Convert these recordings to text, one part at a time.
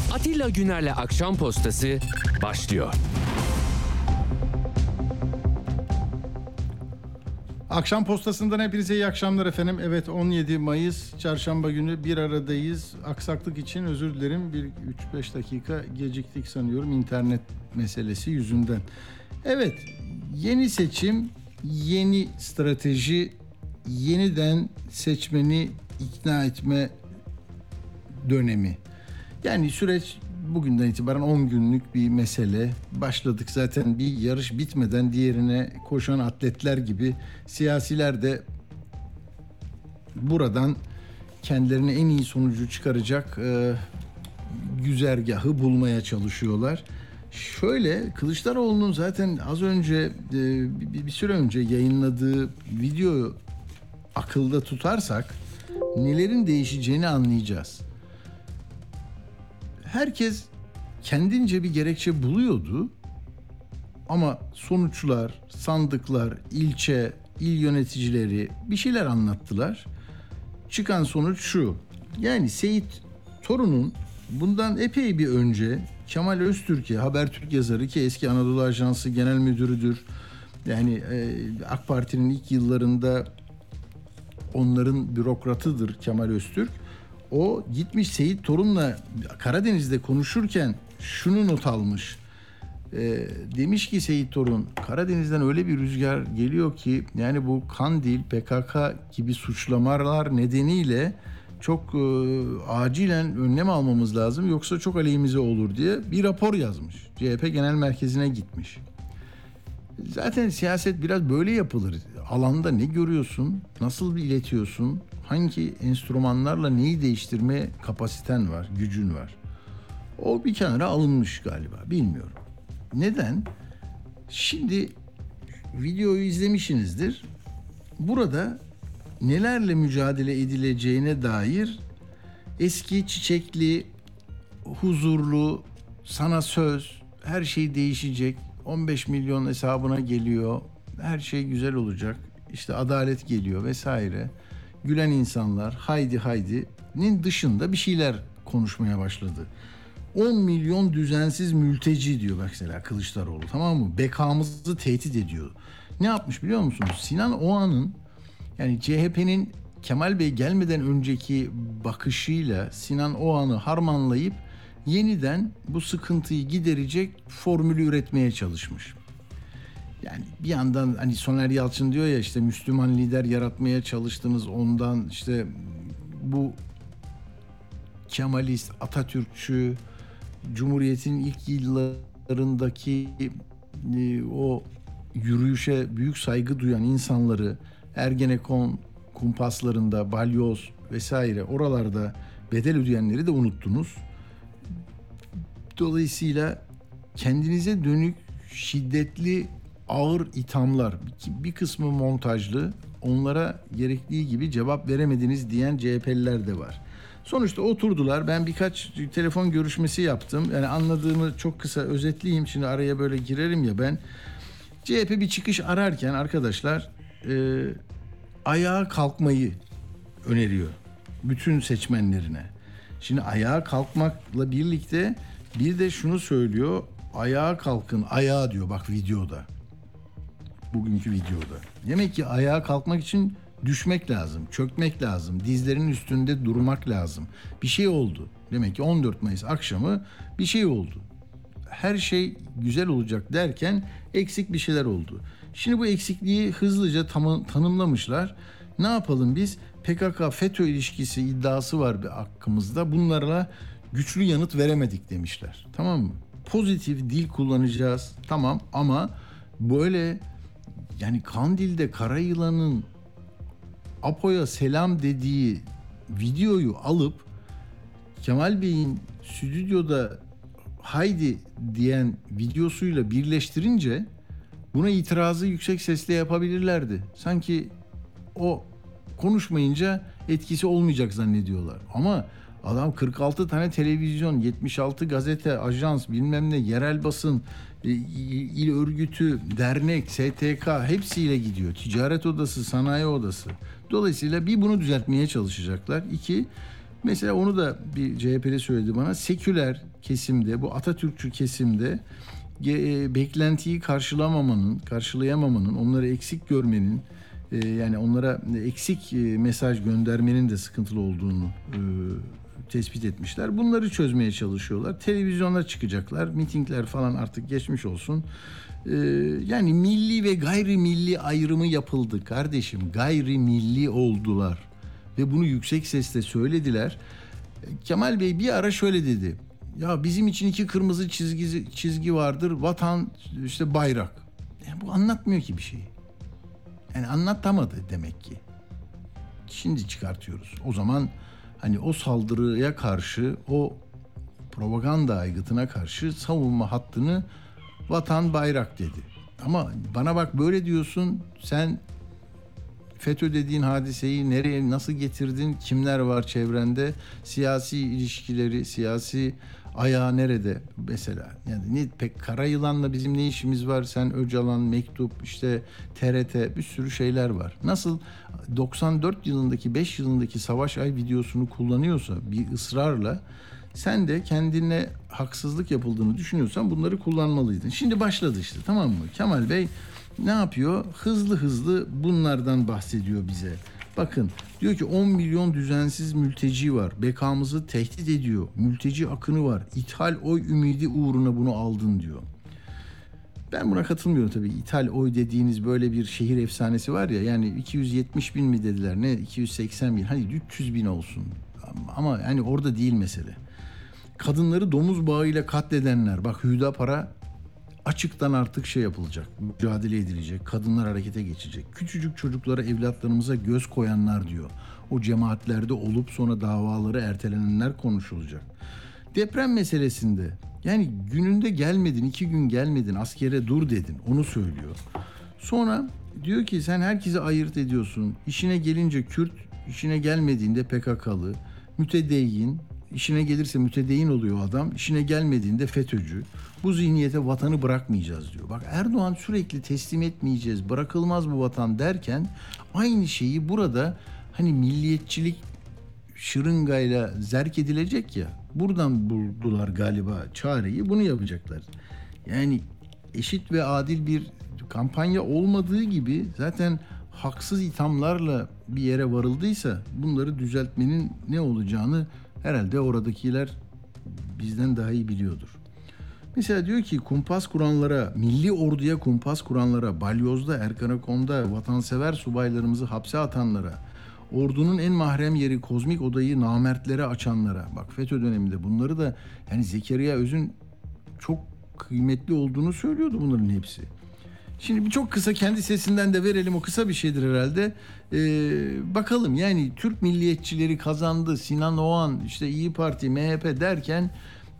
Atilla Güner'le Akşam Postası başlıyor. Akşam postasından hepinize iyi akşamlar efendim. Evet, 17 Mayıs Çarşamba günü bir aradayız. Aksaklık için özür dilerim. 3-5 dakika geciktik sanıyorum internet meselesi yüzünden. Evet, yeni seçim, yeni strateji, yeniden seçmeni ikna etme dönemi. Yani süreç bugünden itibaren 10 günlük bir mesele. Başladık zaten, bir yarış bitmeden diğerine koşan atletler gibi siyasiler de buradan kendilerine en iyi sonucu çıkaracak güzergahı bulmaya çalışıyorlar. Şöyle, Kılıçdaroğlu'nun zaten az önce bir süre önce yayınladığı videoyu akılda tutarsak nelerin değişeceğini anlayacağız. Herkes kendince bir gerekçe buluyordu ama sonuçlar, sandıklar, ilçe, il yöneticileri bir şeyler anlattılar. Çıkan sonuç şu: yani Seyit Torun'un bundan epey bir önce Kemal Öztürk'e, Habertürk yazarı ki eski Anadolu Ajansı Genel Müdürüdür. Yani AK Parti'nin ilk yıllarında onların bürokratıdır Kemal Öztürk. O gitmiş Seyit Torun'la Karadeniz'de konuşurken şunu not almış. Demiş ki Seyit Torun, Karadeniz'den öyle bir rüzgar geliyor ki yani bu Kandil, PKK gibi suçlamalar nedeniyle çok acilen önlem almamız lazım yoksa çok aleyhimize olur diye bir rapor yazmış. CHP Genel Merkezi'ne gitmiş. Zaten siyaset biraz böyle yapılır. Alanda ne görüyorsun, nasıl iletiyorsun, hangi enstrümanlarla neyi değiştirme kapasiten var, gücün var. O bir kenara alınmış galiba, bilmiyorum. Neden? Şimdi videoyu izlemişsinizdir. Burada nelerle mücadele edileceğine dair eski çiçekli, huzurlu, sana söz, her şey değişecek, 15 milyon hesabına geliyor, her şey güzel olacak, işte adalet geliyor vesaire. Gülen insanlar haydi haydi'nin dışında bir şeyler konuşmaya başladı. 10 milyon düzensiz mülteci diyor mesela Kılıçdaroğlu, tamam mı? Bekamızı tehdit ediyor. Ne yapmış biliyor musunuz? Sinan Oğan'ın, yani CHP'nin Kemal Bey gelmeden önceki bakışıyla Sinan Oğan'ı harmanlayıp yeniden bu sıkıntıyı giderecek formülü üretmeye çalışmış. Yani bir yandan hani Soner Yalçın diyor ya, işte Müslüman lider yaratmaya çalıştınız, ondan işte bu Kemalist, Atatürkçü, Cumhuriyet'in ilk yıllarındaki o yürüyüşe büyük saygı duyan insanları Ergenekon kumpaslarında, balyoz vesaire oralarda bedel ödeyenleri de unuttunuz. Dolayısıyla kendinize dönük şiddetli, ağır ithamlar, bir kısmı montajlı, onlara gerektiği gibi cevap veremediniz diyen CHP'liler de var. Sonuçta oturdular, ben birkaç telefon görüşmesi yaptım. Yani anladığımı çok kısa özetleyeyim, şimdi araya böyle girerim ya ben. CHP bir çıkış ararken arkadaşlar ayağa kalkmayı öneriyor bütün seçmenlerine. Şimdi ayağa kalkmakla birlikte bir de şunu söylüyor: ayağa kalkın, ayağa diyor bak videoda. Bugünkü videoda. Demek ki ayağa kalkmak için düşmek lazım, çökmek lazım, dizlerin üstünde durmak lazım. Bir şey oldu. Demek ki 14 Mayıs akşamı bir şey oldu. Her şey güzel olacak derken eksik bir şeyler oldu. Şimdi bu eksikliği hızlıca tanımlamışlar. Ne yapalım biz? PKK-FETÖ ilişkisi iddiası var bir hakkımızda. Bunlarla güçlü yanıt veremedik demişler. Tamam mı? Pozitif dil kullanacağız. Tamam, ama böyle yani Kandil'de Karayılan'ın Apo'ya selam dediği videoyu alıp Kemal Bey'in stüdyoda haydi diyen videosuyla birleştirince buna itirazı yüksek sesle yapabilirlerdi. Sanki o konuşmayınca etkisi olmayacak zannediyorlar. Ama adam 46 tane televizyon, 76 gazete, ajans, bilmem ne, yerel basın, il örgütü, dernek, STK hepsiyle gidiyor. Ticaret odası, sanayi odası. Dolayısıyla bir bunu düzeltmeye çalışacaklar. İki, Mesela onu da bir CHP'li söyledi bana. Seküler kesimde, bu Atatürkçü kesimde beklentiyi karşılayamamanın, onları eksik görmenin, yani onlara eksik mesaj göndermenin de sıkıntılı olduğunu tespit etmişler. Bunları çözmeye çalışıyorlar. Televizyona çıkacaklar, mitingler falan artık geçmiş olsun. Yani milli ve gayrimilli ayrımı yapıldı kardeşim. Gayrimilli oldular ve bunu yüksek sesle söylediler. Kemal Bey bir ara şöyle dedi. Ya bizim için 2 kırmızı çizgi vardır. Vatan, işte bayrak. Yani bu anlatmıyor ki bir şeyi. Yani anlatamadı demek ki. Şimdi çıkartıyoruz. O zaman hani o saldırıya karşı, o propaganda aygıtına karşı savunma hattını vatan bayrak dedi. Ama bana bak böyle diyorsun, sen FETÖ dediğin hadiseyi nereye nasıl getirdin? Kimler var çevrende? Siyasi ilişkileri, siyasi ayağı nerede mesela? Yani pek Karayılan'la bizim ne işimiz var? Sen Öcalan, Mektup, işte TRT, bir sürü şeyler var. Nasıl 94 yılındaki, 5 yılındaki Savaş Ay videosunu kullanıyorsa bir ısrarla, sen de kendine haksızlık yapıldığını düşünüyorsan bunları kullanmalıydın. Şimdi başladı işte, tamam mı? Kemal Bey ne yapıyor? Hızlı hızlı bunlardan bahsediyor bize. Bakın diyor ki 10 milyon düzensiz mülteci var. Bekamızı tehdit ediyor. Mülteci akını var. İthal oy ümidi uğruna bunu aldın diyor. Ben buna katılmıyorum tabii. İthal oy dediğiniz böyle bir şehir efsanesi var ya. Yani 270 bin mi dediler, ne 280 bin. Hadi 300 bin olsun. Ama yani orada değil mesele. Kadınları domuz bağıyla katledenler. Bak Hüdapar'a açıktan artık şey yapılacak, mücadele edilecek, kadınlar harekete geçecek. Küçücük çocuklara, evlatlarımıza göz koyanlar diyor. O cemaatlerde olup sonra davaları ertelenenler konuşulacak. Deprem meselesinde yani gününde gelmedin, 2 gün gelmedin, askere dur dedin, onu söylüyor. Sonra diyor ki sen herkesi ayırt ediyorsun. İşine gelince Kürt, işine gelmediğinde PKK'lı, mütedeyyin, İşine gelirse mütedeyyin oluyor adam. İşine gelmediğinde FETÖ'cü. Bu zihniyete vatanı bırakmayacağız diyor. Bak Erdoğan sürekli teslim etmeyeceğiz, bırakılmaz bu vatan derken aynı şeyi burada hani milliyetçilik şırıngayla zerk edilecek ya. Buradan buldular galiba çareyi, bunu yapacaklar. Yani eşit ve adil bir kampanya olmadığı gibi zaten haksız ithamlarla bir yere varıldıysa bunları düzeltmenin ne olacağını herhalde oradakiler bizden daha iyi biliyordur. Mesela diyor ki kumpas kuranlara, milli orduya kumpas kuranlara, balyozda, Ergenekon'da vatansever subaylarımızı hapse atanlara, ordunun en mahrem yeri kozmik odayı namertlere açanlara, bak FETÖ döneminde bunları da yani Zekeriya Öz'ün çok kıymetli olduğunu söylüyordu bunların hepsi. Şimdi bir çok kısa kendi sesinden de verelim, o kısa bir şeydir herhalde. Bakalım yani Türk milliyetçileri kazandı, Sinan Oğan, işte İyi Parti, MHP derken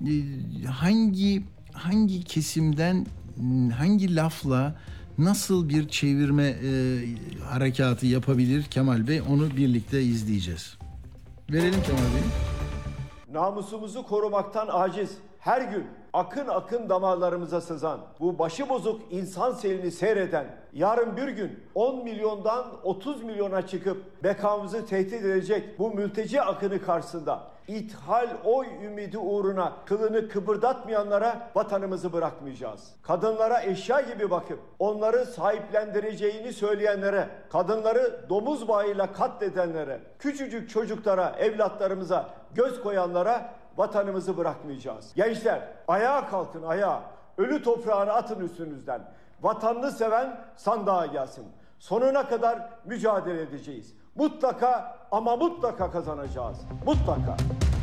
hangi kesimden hangi lafla nasıl bir çevirme harekatı yapabilir Kemal Bey, onu birlikte izleyeceğiz. Verelim Kemal Bey. Namusumuzu korumaktan aciz, her gün akın akın damarlarımıza sızan, bu başıbozuk insan selini seyreden, yarın bir gün 10 milyondan 30 milyona çıkıp bekamızı tehdit edecek bu mülteci akını karşısında ithal oy ümidi uğruna kılını kıpırdatmayanlara vatanımızı bırakmayacağız. Kadınlara eşya gibi bakıp onları sahiplendireceğini söyleyenlere, kadınları domuz bağıyla katledenlere, küçücük çocuklara, evlatlarımıza göz koyanlara vatanımızı bırakmayacağız. Gençler ayağa kalkın, ayağa. Ölü toprağını atın üstünüzden. Vatanını seven sandığa gelsin. Sonuna kadar mücadele edeceğiz. Mutlaka ama mutlaka kazanacağız. Mutlaka.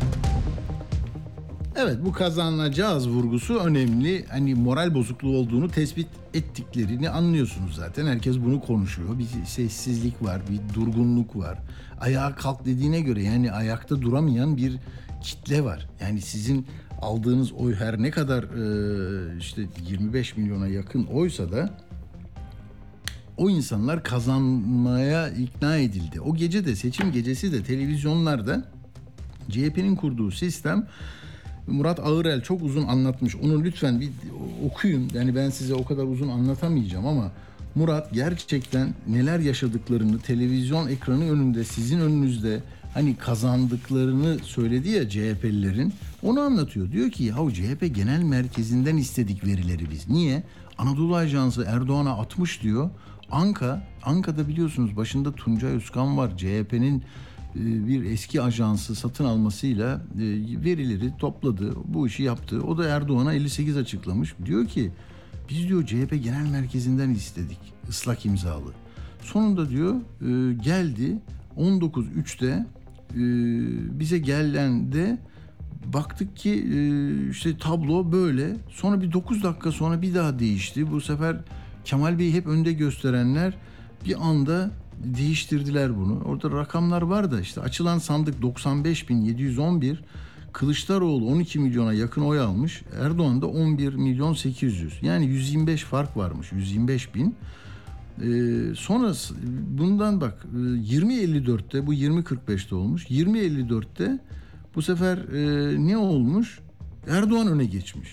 Evet, bu kazanacağız vurgusu önemli. Hani moral bozukluğu olduğunu tespit ettiklerini anlıyorsunuz zaten. Herkes bunu konuşuyor. Bir sessizlik var, bir durgunluk var. Ayağa kalk dediğine göre yani ayakta duramayan bir kitle var. Yani sizin aldığınız oy her ne kadar işte 25 milyona yakın oysa da o insanlar kazanmaya ikna edildi. O gece de, seçim gecesi de televizyonlarda CHP'nin kurduğu sistem, Murat Ağırel çok uzun anlatmış. Onu lütfen bir okuyun. Yani ben size o kadar uzun anlatamayacağım ama Murat gerçekten neler yaşadıklarını televizyon ekranı önünde, sizin önünüzde hani kazandıklarını söyledi ya CHP'lilerin, onu anlatıyor. Diyor ki yahu CHP genel merkezinden istedik verileri biz. Niye? Anadolu Ajansı Erdoğan'a atmış diyor. Anka'da biliyorsunuz başında Tuncay Özkan var. CHP'nin bir eski ajansı satın almasıyla verileri topladı. Bu işi yaptı. O da Erdoğan'a 58 açıklamış. Diyor ki biz diyor CHP genel merkezinden istedik. Islak imzalı. Sonunda diyor geldi 19.3'te bize gelende baktık ki işte tablo böyle. Sonra bir 9 dakika sonra bir daha değişti. Bu sefer Kemal Bey'i hep önde gösterenler bir anda değiştirdiler bunu. Orada rakamlar var da işte açılan sandık 95.711, Kılıçdaroğlu 12 milyona yakın oy almış. Erdoğan da 11 milyon 800. Yani 125 fark varmış. 125 bin. Sonra bundan bak 20.54'te bu 20.45'te olmuş. 20.54'te bu sefer ne olmuş? Erdoğan öne geçmiş.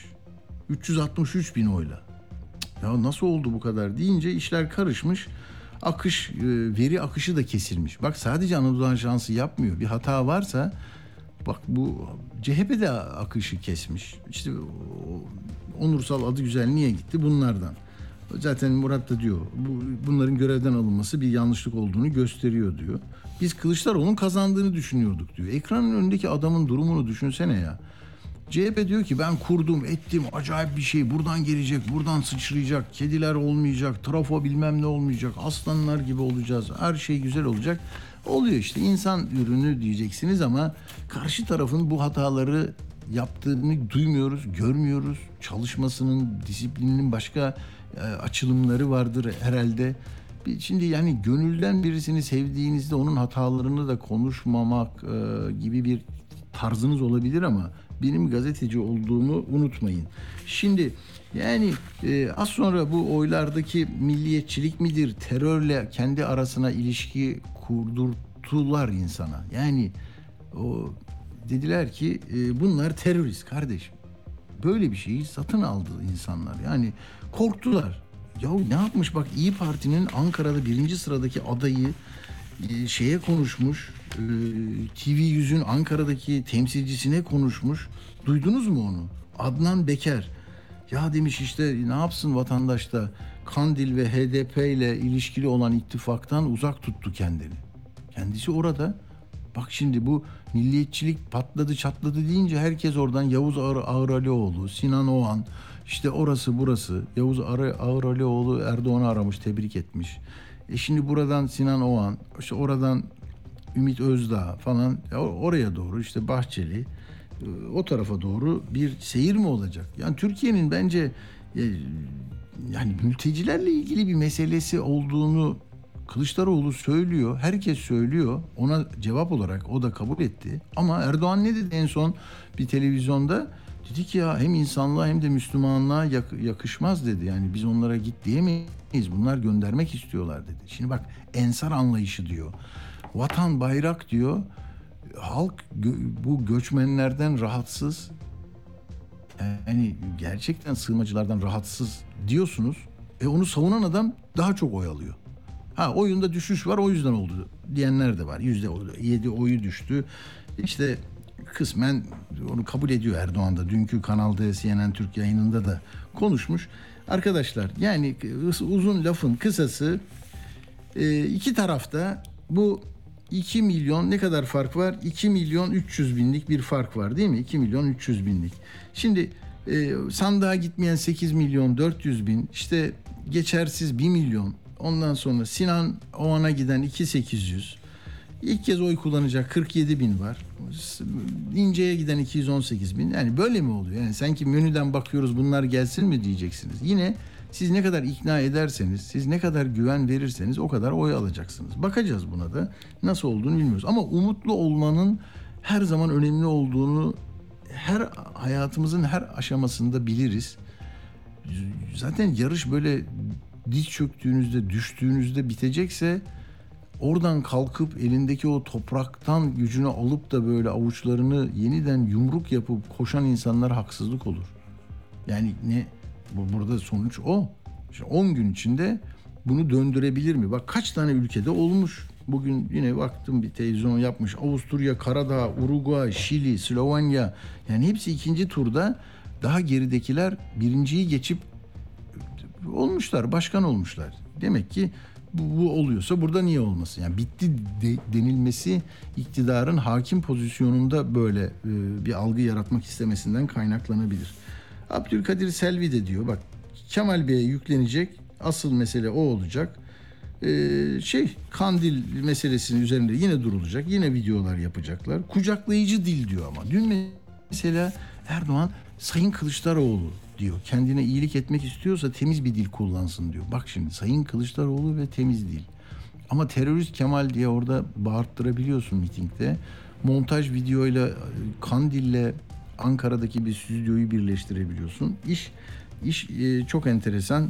363 bin oyla. Ya nasıl oldu bu kadar deyince işler karışmış. Veri akışı da kesilmiş. Bak sadece Anadolu Ajansı yapmıyor. Bir hata varsa bak bu CHP de akışı kesmiş. İşte onursal adı güzel niye gitti? Bunlardan. Zaten Murat da diyor bunların görevden alınması bir yanlışlık olduğunu gösteriyor diyor. Biz Kılıçdaroğlu'nun kazandığını düşünüyorduk diyor. Ekranın önündeki adamın durumunu düşünsene ya. CHP diyor ki ben kurdum ettim acayip bir şey, buradan gelecek, buradan sıçrayacak, kediler olmayacak, trafo bilmem ne olmayacak, aslanlar gibi olacağız, her şey güzel olacak. Oluyor işte, insan ürünü diyeceksiniz ama karşı tarafın bu hataları yaptığını duymuyoruz, görmüyoruz. Çalışmasının, disiplininin başka açılımları vardır herhalde. Şimdi yani gönülden birisini sevdiğinizde onun hatalarını da konuşmamak gibi bir tarzınız olabilir ama benim gazeteci olduğumu unutmayın. Şimdi yani az sonra bu oylardaki milliyetçilik midir, terörle kendi arasına ilişki kurdurttular insana. Yani o dediler ki bunlar terörist kardeşim. Böyle bir şeyi satın aldı insanlar. Yani korktular. Ya ne yapmış bak, İyi Parti'nin Ankara'da 1. sıradaki adayı şeye konuşmuş. TV100'ün Ankara'daki temsilcisine konuşmuş. Duydunuz mu onu? Adnan Beker. Ya demiş işte ne yapsın vatandaş da Kandil ve HDP ile ilişkili olan ittifaktan uzak tuttu kendini. Kendisi orada. Bak şimdi bu milliyetçilik patladı çatladı deyince herkes oradan Yavuz Ağralioğlu, Sinan Oğan, işte orası burası. Yavuz Ağralioğlu Erdoğan'ı aramış, tebrik etmiş. Şimdi buradan Sinan Oğan, işte oradan Ümit Özdağ falan oraya doğru, işte Bahçeli o tarafa doğru bir seyir mi olacak? Yani Türkiye'nin bence yani mültecilerle ilgili bir meselesi olduğunu Kılıçdaroğlu söylüyor, herkes söylüyor. Ona cevap olarak o da kabul etti. Ama Erdoğan ne dedi en son bir televizyonda? Dedi ki ya hem insanlığa hem de Müslümanlığa yakışmaz dedi. Yani biz onlara git diyemeyiz. Bunlar göndermek istiyorlar dedi. Şimdi bak, ensar anlayışı diyor. Vatan, bayrak diyor. Halk bu göçmenlerden rahatsız. Yani gerçekten sığınmacılardan rahatsız diyorsunuz. Onu savunan adam daha çok oy alıyor. Oyunda düşüş var, o yüzden oldu diyenler de var. %7 oyu düştü. İşte kısmen onu kabul ediyor Erdoğan da. Dünkü Kanal D, CNN Türk yayınında da konuşmuş. Arkadaşlar yani uzun lafın kısası, iki tarafta bu 2 milyon ne kadar fark var? 2 milyon 300 binlik bir fark var değil mi? 2 milyon 300 binlik. Şimdi sandığa gitmeyen 8 milyon 400 bin, işte geçersiz 1 milyon. Ondan sonra Sinan Oğan'a giden 2.800. İlk kez oy kullanacak 47 bin var. İnce'ye giden 218 bin. Yani böyle mi oluyor? Yani sanki menüden bakıyoruz bunlar gelsin mi diyeceksiniz. Yine siz ne kadar ikna ederseniz, siz ne kadar güven verirseniz o kadar oy alacaksınız. Bakacağız buna da. Nasıl olduğunu bilmiyoruz. Ama umutlu olmanın her zaman önemli olduğunu hayatımızın her aşamasında biliriz. Zaten yarış böyle diz çöktüğünüzde, düştüğünüzde bitecekse oradan kalkıp elindeki o topraktan gücünü alıp da böyle avuçlarını yeniden yumruk yapıp koşan insanlara haksızlık olur. Yani burada sonuç o. İşte 10 gün içinde bunu döndürebilir mi? Bak kaç tane ülkede olmuş. Bugün yine baktım, bir televizyon yapmış. Avusturya, Karadağ, Uruguay, Şili, Slovenya, yani hepsi ikinci turda. Daha geridekiler birinciyi geçip olmuşlar, başkan olmuşlar. Demek ki bu oluyorsa burada niye olmasın? Yani bitti denilmesi iktidarın hakim pozisyonunda böyle bir algı yaratmak istemesinden kaynaklanabilir. Abdülkadir Selvi de diyor, bak Kemal Bey'e yüklenecek asıl mesele o olacak. Kandil meselesinin üzerinde yine durulacak, yine videolar yapacaklar. Kucaklayıcı dil diyor ama. Dün mesela Erdoğan Sayın Kılıçdaroğlu diyor. Kendine iyilik etmek istiyorsa temiz bir dil kullansın diyor. Bak şimdi Sayın Kılıçdaroğlu ve temiz dil. Ama terörist Kemal diye orada bağırttırabiliyorsun mitingde. Montaj videoyla, Kandil'le Ankara'daki bir stüdyoyu birleştirebiliyorsun. İş çok enteresan.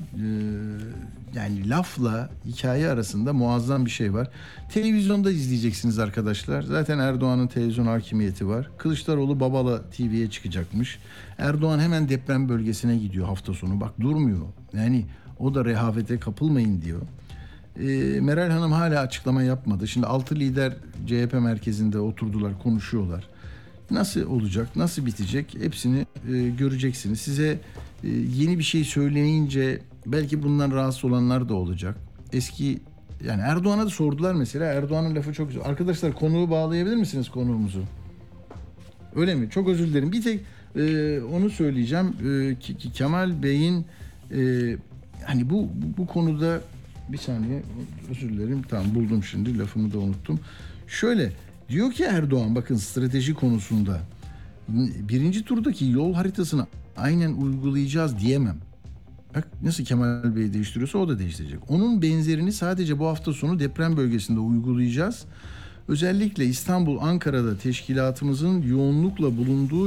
Yani lafla hikaye arasında muazzam bir şey var. Televizyonda izleyeceksiniz arkadaşlar. Zaten Erdoğan'ın televizyon hakimiyeti var. Kılıçdaroğlu Babala TV'ye çıkacakmış. Erdoğan hemen deprem bölgesine gidiyor hafta sonu. Bak durmuyor. Yani o da rehavete kapılmayın diyor. Meral Hanım hala açıklama yapmadı. Şimdi 6 lider CHP merkezinde oturdular, konuşuyorlar. Nasıl olacak, nasıl bitecek hepsini göreceksiniz. Size yeni bir şey söyleyince belki bundan rahatsız olanlar da olacak. Yani Erdoğan'a da sordular mesela. Erdoğan'ın lafı çok güzel. Arkadaşlar konuğu bağlayabilir misiniz, konuğumuzu? Öyle mi? Çok özür dilerim. Bir tek onu söyleyeceğim. Kemal Bey'in hani bu konuda bir saniye, özür dilerim. Tamam, buldum şimdi, lafımı da unuttum. Şöyle diyor ki Erdoğan, bakın strateji konusunda birinci turdaki yol haritasını aynen uygulayacağız diyemem. Bak nasıl Kemal Bey değiştiriyorsa o da değiştirecek. Onun benzerini sadece bu hafta sonu deprem bölgesinde uygulayacağız. Özellikle İstanbul, Ankara'da teşkilatımızın yoğunlukla bulunduğu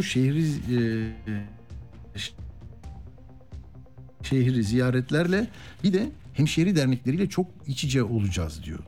şehri ziyaretlerle, bir de hemşehri dernekleriyle çok iç içe olacağız diyor.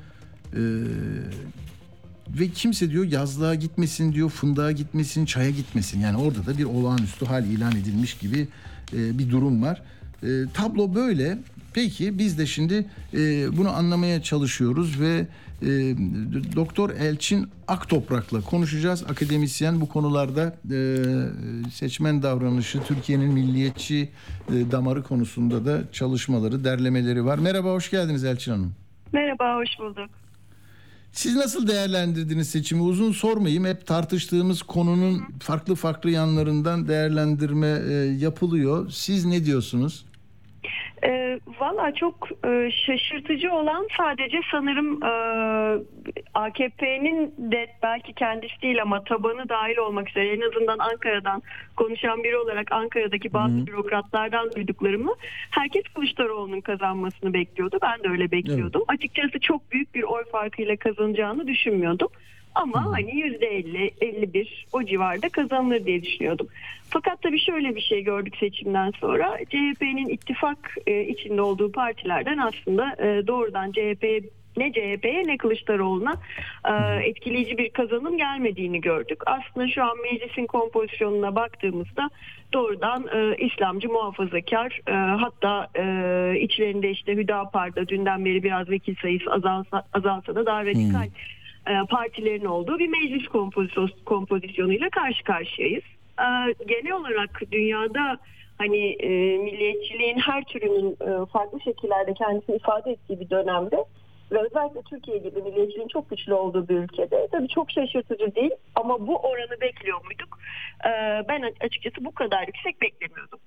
Ve kimse diyor yazlığa gitmesin diyor, fındığa gitmesin, çaya gitmesin. Yani orada da bir olağanüstü hal ilan edilmiş gibi bir durum var. Tablo böyle. Peki biz de şimdi bunu anlamaya çalışıyoruz ve Doktor Elçin Aktoprak'la konuşacağız. Akademisyen, bu konularda seçmen davranışı, Türkiye'nin milliyetçi damarı konusunda da çalışmaları, derlemeleri var. Merhaba, hoş geldiniz Elçin Hanım. Merhaba, hoş bulduk. Siz nasıl değerlendirdiniz seçimi? Uzun sormayayım. Hep tartıştığımız konunun farklı yanlarından değerlendirme yapılıyor. Siz ne diyorsunuz? Valla çok şaşırtıcı olan sadece sanırım AKP'nin de belki kendisi değil ama tabanı dahil olmak üzere, en azından Ankara'dan konuşan biri olarak Ankara'daki bazı bürokratlardan duyduklarımı, herkes Kılıçdaroğlu'nun kazanmasını bekliyordu. Ben de öyle bekliyordum. Evet. Açıkçası çok büyük bir oy farkıyla kazanacağını düşünmüyordum. Ama hani %50, 51 o civarda kazanılır diye düşünüyordum. Fakat tabii şöyle bir şey gördük seçimden sonra. CHP'nin ittifak içinde olduğu partilerden aslında doğrudan ne CHP'ye ne Kılıçdaroğlu'na etkileyici bir kazanım gelmediğini gördük. Aslında şu an meclisin kompozisyonuna baktığımızda doğrudan İslamcı, muhafazakar, hatta içlerinde işte Hüdapar'da dünden beri biraz vekil sayısı azalsa da daha radikal partilerin olduğu bir meclis kompozisyonuyla karşı karşıyayız. Genel olarak dünyada hani milliyetçiliğin her türünün farklı şekillerde kendisini ifade ettiği bir dönemde ve özellikle Türkiye gibi milliyetçiliğin çok güçlü olduğu bir ülkede tabii çok şaşırtıcı değil, ama bu oranı bekliyor muyduk? Ben açıkçası bu kadar yüksek beklemiyordum.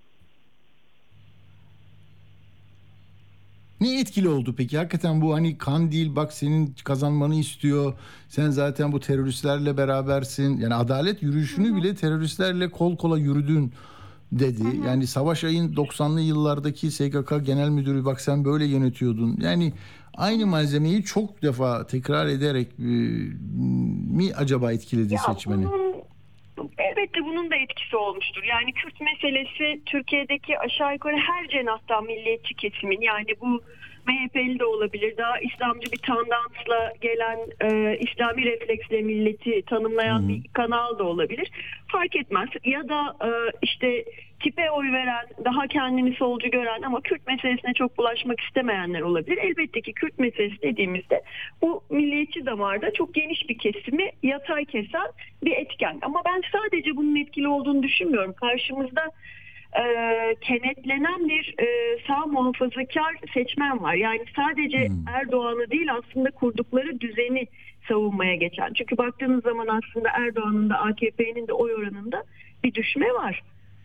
Ne etkili oldu peki? Hakikaten bu hani Kandil, bak senin kazanmanı istiyor. Sen zaten bu teröristlerle berabersin. Yani adalet yürüyüşünü bile teröristlerle kol kola yürüdün dedi. Yani Savaş Ay'ın 90'lı yıllardaki SGK Genel Müdürü, bak sen böyle yönetiyordun. Yani aynı malzemeyi çok defa tekrar ederek mi acaba etkiledi seçmeni? Elbette bunun da etkisi olmuştur. Yani Kürt meselesi Türkiye'deki aşağı yukarı her cenahtan milliyetçi kesimin, yani bu MHP'li de olabilir. Daha İslamcı bir tandansla gelen İslami refleksle milleti tanımlayan bir kanal da olabilir. Fark etmez. Ya da işte tipe oy veren, daha kendini solcu gören ama Kürt meselesine çok bulaşmak istemeyenler olabilir. Elbette ki Kürt meselesi dediğimizde bu milliyetçi damarda çok geniş bir kesimi yatay kesen bir etken. Ama ben sadece bunun etkili olduğunu düşünmüyorum. Karşımızda kenetlenen bir sağ muhafazakar seçmen var. Yani sadece Erdoğan'ı değil aslında kurdukları düzeni savunmaya geçen. Çünkü baktığınız zaman aslında Erdoğan'ın da AKP'nin de oy oranında bir düşme var.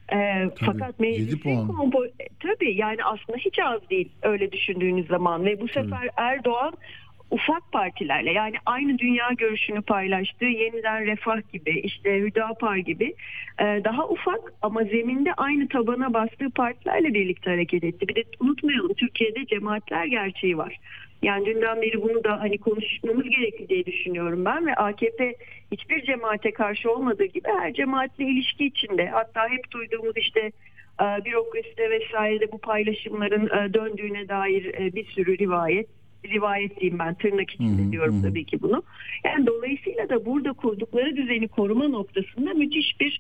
Fakat meclisin tabii yani aslında hiç az değil öyle düşündüğünüz zaman ve bu sefer Erdoğan ufak partilerle yani aynı dünya görüşünü paylaştığı Yeniden Refah gibi işte Hüdapar gibi daha ufak ama zeminde aynı tabana bastığı partilerle birlikte hareket etti. Bir de unutmayalım Türkiye'de cemaatler gerçeği var. Yani dünden beri bunu da hani konuşmamız gerekli diye düşünüyorum ben ve AKP hiçbir cemaate karşı olmadığı gibi her cemaatle ilişki içinde. Hatta hep duyduğumuz işte bürokraside vesairede bu paylaşımların döndüğüne dair bir sürü rivayet diyeyim ben tırnak içinde diyorum tabii ki bunu. Yani dolayısıyla da burada kurdukları düzeni koruma noktasında müthiş bir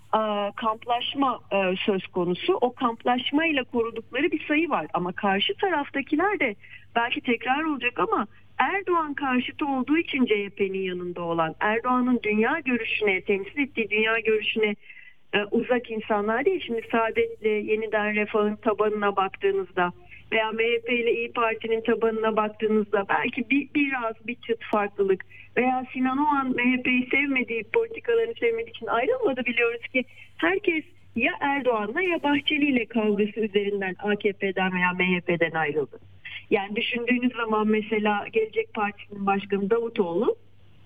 kamplaşma söz konusu. O kamplaşmayla korudukları bir sayı var ama karşı taraftakiler de belki tekrar olacak ama Erdoğan karşıtı olduğu için CHP'nin yanında olan Erdoğan'ın dünya görüşüne temsil ettiği dünya görüşüne uzak insanlar değil. Şimdi Saadet'le Yeniden Refah'ın tabanına baktığınızda veya MHP ile İYİ Parti'nin tabanına baktığınızda belki biraz bir çıt farklılık veya Sinan Oğan MHP'yi sevmediği, politikalarını sevmediği için ayrılmadı biliyoruz ki herkes ya Erdoğan'la ya Bahçeli ile kavgası üzerinden AKP'den veya MHP'den ayrıldı. Yani düşündüğünüz zaman mesela Gelecek Partisi'nin başkanı Davutoğlu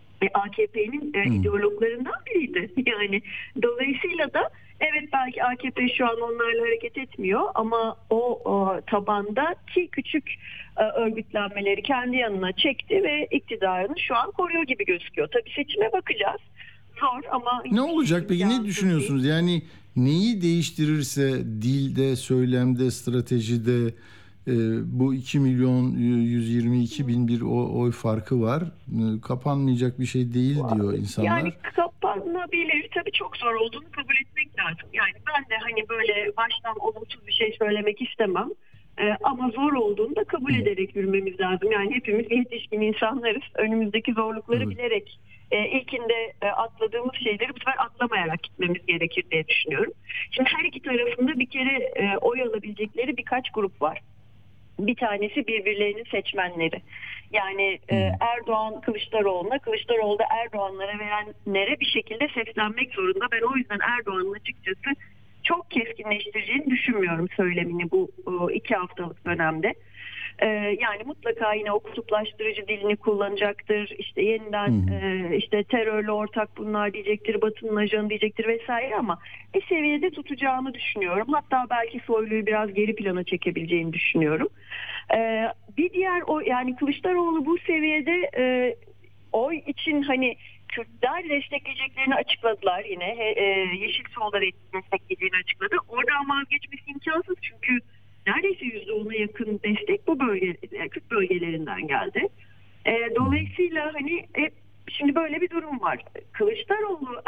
AKP'nin ideologlarından biriydi. Yani dolayısıyla da evet belki AKP şu an onlarla hareket etmiyor ama o tabandaki küçük örgütlenmeleri kendi yanına çekti ve iktidarını şu an koruyor gibi gözüküyor. Tabii seçime bakacağız. Zor ama... Ne olacak peki ne düşünüyorsunuz? Yani neyi değiştirirse dilde, söylemde, stratejide bu 2 milyon 122 bin bir oy farkı var. Kapanmayacak bir şey değil diyor insanlar. Yani kapanabilir. Tabii çok zor olduğunu kabul etmek lazım. Yani ben de hani böyle baştan olumsuz bir şey söylemek istemem. Ama zor olduğunu da kabul ederek yürümemiz lazım. Yani hepimiz yetişkin insanlarız. Önümüzdeki zorlukları bilerek ilkinde atladığımız şeyleri bu sefer atlamayarak gitmemiz gerekir diye düşünüyorum. Şimdi her iki tarafında bir kere oy alabilecekleri birkaç grup var. Bir tanesi birbirlerinin seçmenleri. Yani Erdoğan Kılıçdaroğlu'na, Kılıçdaroğlu da Erdoğanlara verenlere bir şekilde seslenmek zorunda. Ben o yüzden Erdoğan'ın açıkçası çok keskinleştireceğini düşünmüyorum söylemini bu 2 haftalık dönemde. Yani mutlaka yine o kutuplaştırıcı dilini kullanacaktır. İşte yeniden işte terörle ortak bunlar diyecektir, Batı'nın ajanı diyecektir vesaire ama bir seviyede tutacağını düşünüyorum. Hatta belki Soylu'yu biraz geri plana çekebileceğini düşünüyorum. Bir diğer yani Kılıçdaroğlu bu seviyede oy için hani Kürtler destekleyeceklerini açıkladılar yine. Yeşil Sol'da destekleyeceğini açıkladı. Oradan vazgeçmesi imkansız çünkü neredeyse %10'a yakın destek bu Kürt bölgelerinden geldi. Dolayısıyla hani şimdi böyle bir durum var. Kılıçdaroğlu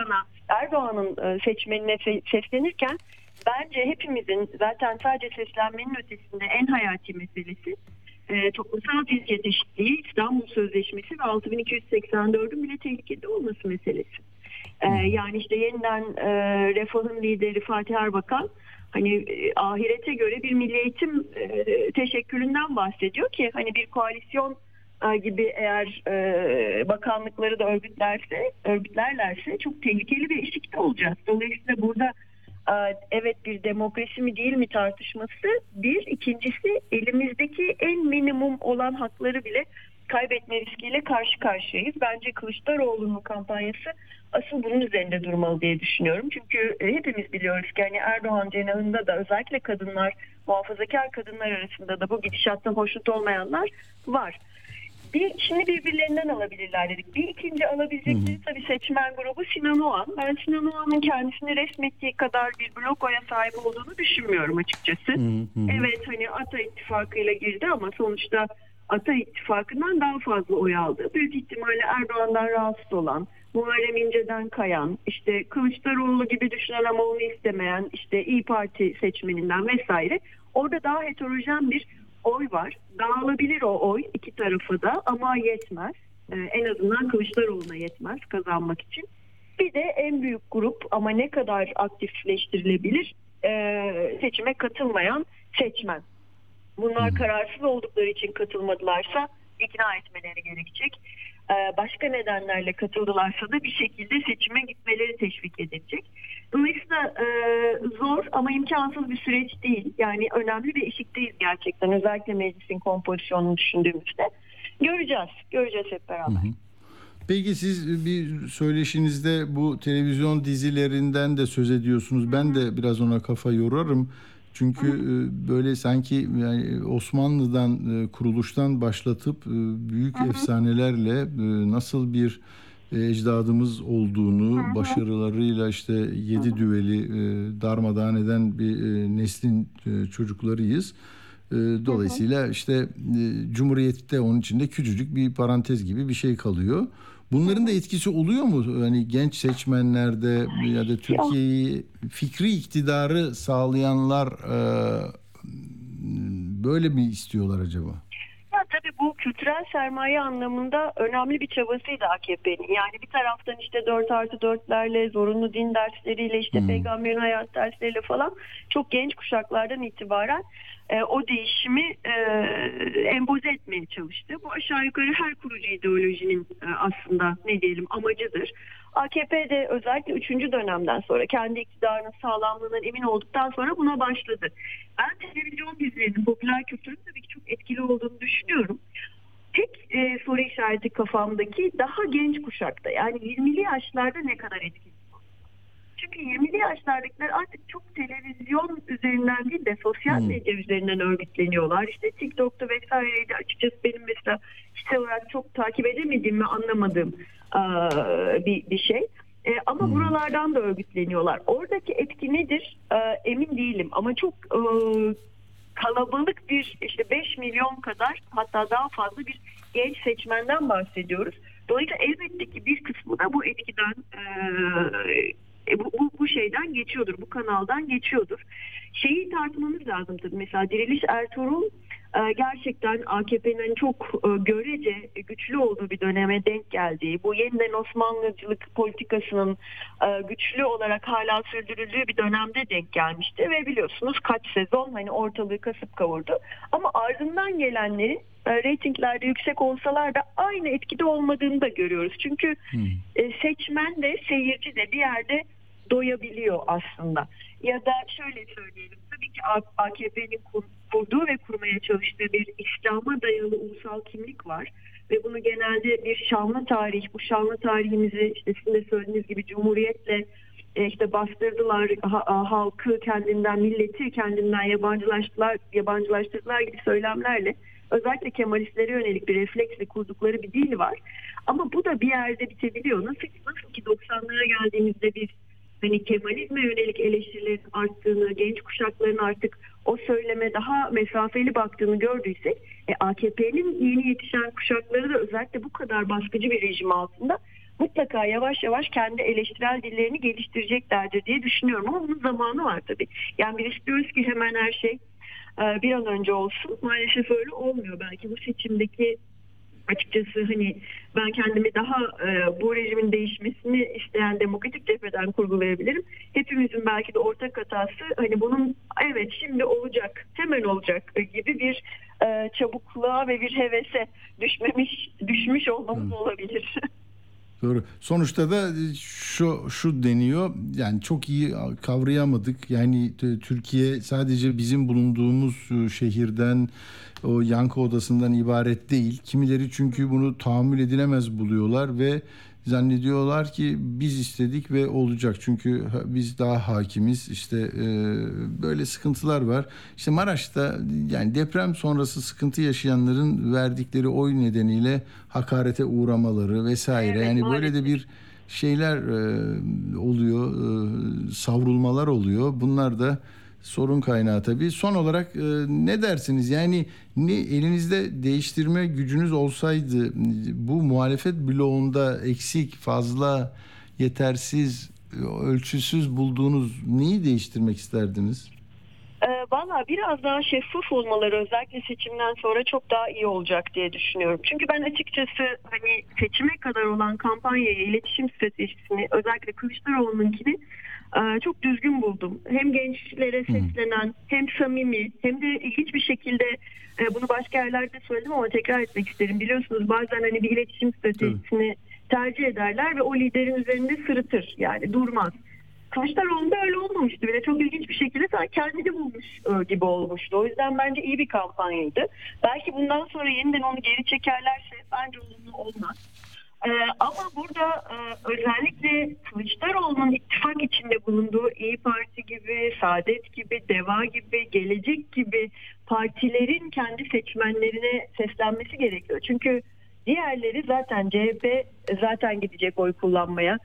Erdoğan'ın seçmenine seslenirken bence hepimizin zaten sadece seslenmenin ötesinde en hayati meselesi toplumsal cinsiyet eşitliği, İstanbul Sözleşmesi ve 6284'ün bile tehlikede olması meselesi. Yani işte yeniden Refah'ın lideri Fatih Erbakan hani ahirete göre bir milli eğitim teşekkülünden bahsediyor ki hani bir koalisyon gibi eğer bakanlıkları da örgütlerlerse çok tehlikeli bir eşikte olacağız. Dolayısıyla burada evet bir demokrasi mi değil mi tartışması ikincisi elimizdeki en minimum olan hakları bile kaybetme riskiyle karşı karşıyayız. Bence Kılıçdaroğlu'nun kampanyası asıl bunun üzerinde durmalı diye düşünüyorum. Çünkü hepimiz biliyoruz ki hani Erdoğan cenahında da özellikle kadınlar, muhafazakar kadınlar arasında da bu gidişattan hoşnut olmayanlar var. Şimdi birbirlerinden alabilirler dedik. Bir ikinci alabilecekleri tabii seçmen grubu Sinan Oğan. Ben Sinan Oğan'ın kendisini resmettiği kadar bir blok oya sahip olduğunu düşünmüyorum açıkçası. Evet, hani Ata İttifakı'yla girdi ama sonuçta Ata İttifakı'ndan daha fazla oy aldı. Büyük ihtimalle Erdoğan'dan rahatsız olan, Muharrem İnce'den kayan, işte Kılıçdaroğlu gibi düşünen ama onu istemeyen, işte İYİ Parti seçmeninden vesaire. Orada daha heterojen bir oy var. Dağılabilir o oy iki tarafa da ama yetmez. En azından Kılıçdaroğlu'na yetmez kazanmak için. Bir de en büyük grup ama ne kadar aktifleştirilebilir, seçime katılmayan seçmen. Bunlar kararsız oldukları için katılmadılarsa ikna etmeleri gerekecek. Başka nedenlerle katıldılarsa da bir şekilde seçime gitmeleri teşvik edilecek. Dolayısıyla zor ama imkansız bir süreç değil. Yani önemli bir eşikteyiz gerçekten. Özellikle meclisin kompozisyonunu düşündüğümüzde. Göreceğiz hep beraber. Peki siz bir söyleşinizde bu televizyon dizilerinden de söz ediyorsunuz. Ben de biraz ona kafa yorarım. Çünkü böyle sanki yani Osmanlı'dan kuruluştan başlatıp büyük efsanelerle nasıl bir ecdadımız olduğunu başarılarıyla işte 7 düveli darmadağın eden bir neslin çocuklarıyız. Dolayısıyla işte Cumhuriyet'te onun içinde küçücük bir parantez gibi bir şey kalıyor. Bunların da etkisi oluyor mu? Yani genç seçmenlerde ya da Türkiye'yi fikri iktidarı sağlayanlar böyle mi istiyorlar acaba? Ya tabii bu kültürel sermaye anlamında önemli bir çabasıydı AKP'nin. Yani bir taraftan işte 4+4'lerle, zorunlu din dersleriyle, işte peygamberin hayat dersleriyle falan çok genç kuşaklardan itibaren o değişimi empoze etmeye çalıştı. Bu aşağı yukarı her kurucu ideolojinin aslında ne diyelim amacıdır. AKP de özellikle 3. dönemden sonra kendi iktidarının sağlamlığından emin olduktan sonra buna başladı. Ben televizyon dizilerinin popüler kültürün tabii ki çok etkili olduğunu düşünüyorum. Tek soru işareti kafamdaki daha genç kuşakta, yani 20'li yaşlarda ne kadar etkili? Çünkü 20'li yaşlardakiler artık çok televizyon üzerinden değil de sosyal medya üzerinden örgütleniyorlar. İşte TikTok'ta vesaireydi. Açıkçası benim mesela kişisel olarak çok takip edemediğim ve anlamadığım bir şey. Ama buralardan da örgütleniyorlar. Oradaki etki nedir? Emin değilim ama çok kalabalık bir işte 5 milyon kadar, hatta daha fazla bir genç seçmenden bahsediyoruz. Dolayısıyla elbette ki bir kısmı da bu etkiden bu şeyden geçiyordur, bu kanaldan geçiyordur. Şeyi tartmamız lazım tabii. Mesela Diriliş Ertuğrul gerçekten AKP'nin çok görece güçlü olduğu bir döneme denk geldiği, bu yeniden Osmanlıcılık politikasının güçlü olarak hala sürdürüldüğü bir dönemde denk gelmişti ve biliyorsunuz kaç sezon hani ortalığı kasıp kavurdu. Ama ardından gelenlerin reytinglerde yüksek olsalar da aynı etkide olmadığını da görüyoruz. Çünkü seçmen de seyirci de bir yerde doyabiliyor aslında. Ya da şöyle söyleyelim, tabii ki AKP'nin kurduğu ve kurmaya çalıştığı bir İslam'a dayalı ulusal kimlik var ve bunu genelde bir şanlı tarih, bu şanlı tarihimizi işte sizin de söylediğiniz gibi Cumhuriyet'le işte bastırdılar, halkı kendinden, milleti kendinden yabancılaştırdılar gibi söylemlerle özellikle Kemalistlere yönelik bir refleksle kurdukları bir dil var. Ama bu da bir yerde bitebiliyor. Nasıl ki 90'lara geldiğimizde biz hani Kemalizme yönelik eleştirilerin arttığını, genç kuşakların artık o söyleme daha mesafeli baktığını gördüysek, AKP'nin yeni yetişen kuşakları da özellikle bu kadar baskıcı bir rejim altında mutlaka yavaş yavaş kendi eleştirel dillerini geliştireceklerdir diye düşünüyorum. Ama bunun zamanı var tabii. Yani biz istiyoruz ki hemen her şey bir an önce olsun. Maalesef öyle olmuyor. Belki bu seçimdeki açıkçası hani ben kendimi daha bu rejimin değişmesini isteyen demokratik cepheden kurgulayabilirim. Hepimizin belki de ortak hatası hani bunun evet şimdi olacak, hemen olacak gibi bir çabukluğa ve bir hevese düşmüş olmamız olabilir. Doğru. Sonuçta da şu deniyor, yani çok iyi kavrayamadık. Yani Türkiye sadece bizim bulunduğumuz şehirden, o yankı odasından ibaret değil. Kimileri çünkü bunu tahammül edilemez buluyorlar ve Zannediyorlar ki biz istedik ve olacak. Çünkü biz daha hakimiz. İşte böyle sıkıntılar var. İşte Maraş'ta yani deprem sonrası sıkıntı yaşayanların verdikleri oy nedeniyle hakarete uğramaları vesaire. Evet, yani maalesef. böyle de bir şeyler oluyor. Savrulmalar oluyor. Bunlar da sorun kaynağı tabii. Son olarak ne dersiniz? Yani elinizde değiştirme gücünüz olsaydı bu muhalefet bloğunda eksik, fazla, yetersiz, ölçüsüz bulduğunuz neyi değiştirmek isterdiniz? Valla biraz daha şeffaf olmaları özellikle seçimden sonra çok daha iyi olacak diye düşünüyorum. Çünkü ben açıkçası hani seçime kadar olan kampanyayı, iletişim stratejisini özellikle Kılıçdaroğlu'nunkini çok düzgün buldum. Hem gençlere seslenen hem samimi hem de ilginç bir şekilde bunu başka yerlerde söyledim ama tekrar etmek isterim. Biliyorsunuz bazen hani bir iletişim stratejisini tercih ederler ve o liderin üzerinde sırıtır yani durmaz. Kılıçdaroğlu'nda öyle olmamıştı bile. Çok ilginç bir şekilde sanki kendini bulmuş gibi olmuştu. O yüzden bence iyi bir kampanyaydı. Belki bundan sonra yeniden onu geri çekerlerse bence olumlu olmaz. Ama burada özellikle Kılıçdaroğlu'nun ittifak içinde bulunduğu İYİ Parti gibi, Saadet gibi, Deva gibi, Gelecek gibi partilerin kendi seçmenlerine seslenmesi gerekiyor. Çünkü diğerleri zaten CHP zaten gidecek oy kullanmaya.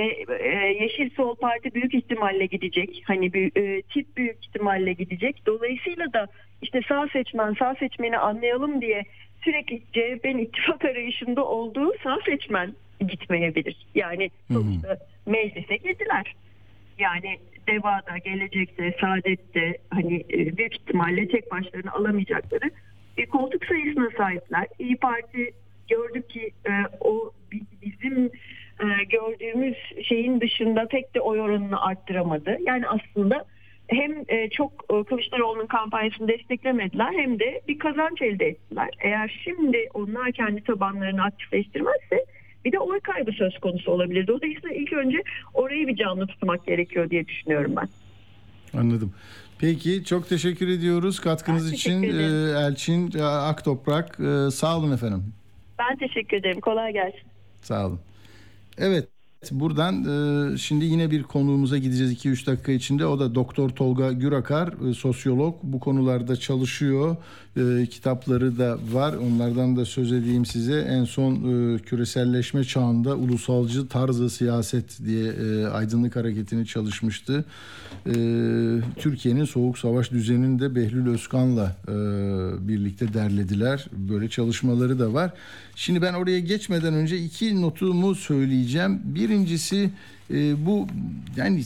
Yeşil Sol Parti büyük ihtimalle gidecek. Hani tip büyük ihtimalle gidecek. Dolayısıyla da işte sağ seçmeni anlayalım diye sürekli CHP'nin ittifak arayışında olduğu sağ seçmen gitmeyebilir. Yani sonuçta meclise girdiler. Yani Deva'da, Gelecek'te, Saadet'te hani büyük ihtimalle tek başlarına alamayacakları bir koltuk sayısına sahipler. İYİ Parti gördük ki o bizim gördüğümüz şeyin dışında pek de oy oranını arttıramadı. Yani aslında hem çok Kılıçdaroğlu'nun kampanyasını desteklemediler hem de bir kazanç elde ettiler. Eğer şimdi onlar kendi tabanlarını aktifleştirmezse bir de oy kaybı söz konusu olabilir. Dolayısıyla ilk önce orayı bir canlı tutmak gerekiyor diye düşünüyorum ben. Anladım. Peki çok teşekkür ediyoruz katkınız için Elçin Aktoprak. Sağ olun efendim. Ben teşekkür ederim. Kolay gelsin. Sağ olun. Evet, buradan şimdi yine bir konuğumuza gideceğiz 2-3 dakika içinde. O da Doktor Tolga Gürakar, sosyolog. Bu konularda çalışıyor. Kitapları da var. Onlardan da söz edeyim size. En son küreselleşme çağında ulusalcı tarzı siyaset diye aydınlık hareketini çalışmıştı. Türkiye'nin soğuk savaş düzenini de Behlül Özkan'la birlikte derlediler. Böyle çalışmaları da var. Şimdi ben oraya geçmeden önce 2 notumu söyleyeceğim. Birincisi bu yani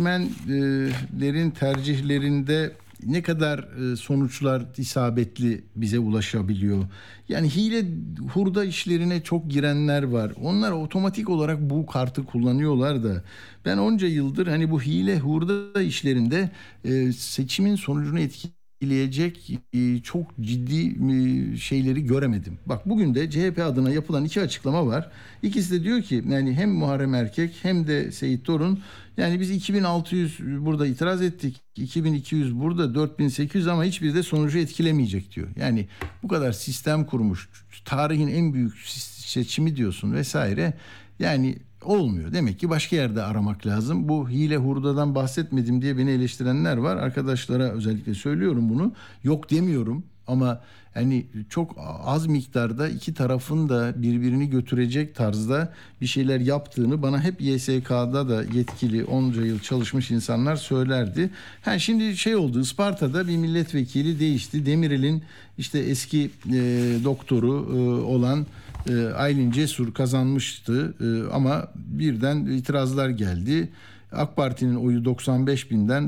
seçmenlerin tercihlerinde ne kadar sonuçlar isabetli bize ulaşabiliyor. Yani hile hurda işlerine çok girenler var. Onlar otomatik olarak bu kartı kullanıyorlar da ben onca yıldır hani bu hile hurda işlerinde seçimin sonucunu etkileyecek çok ciddi şeyleri göremedim. Bak bugün de CHP adına yapılan 2 açıklama var. İkisi de diyor ki yani hem Muharrem Erkek hem de Seyit Torun yani biz 2600 burada itiraz ettik. 2200 burada 4800 ama hiçbiri de sonucu etkilemeyecek diyor. Yani bu kadar sistem kurmuş. Tarihin en büyük seçimi diyorsun vesaire. Yani olmuyor. Demek ki başka yerde aramak lazım. Bu hile hurdadan bahsetmedim diye beni eleştirenler var. Arkadaşlara özellikle söylüyorum bunu. Yok demiyorum ama yani çok az miktarda iki tarafın da birbirini götürecek tarzda bir şeyler yaptığını bana hep YSK'da da yetkili onca yıl çalışmış insanlar söylerdi. Şimdi şey oldu, Isparta'da bir milletvekili değişti. Demirel'in işte eski doktoru olan Aylin Cesur kazanmıştı ama birden itirazlar geldi. AK Parti'nin oyu 95.000'den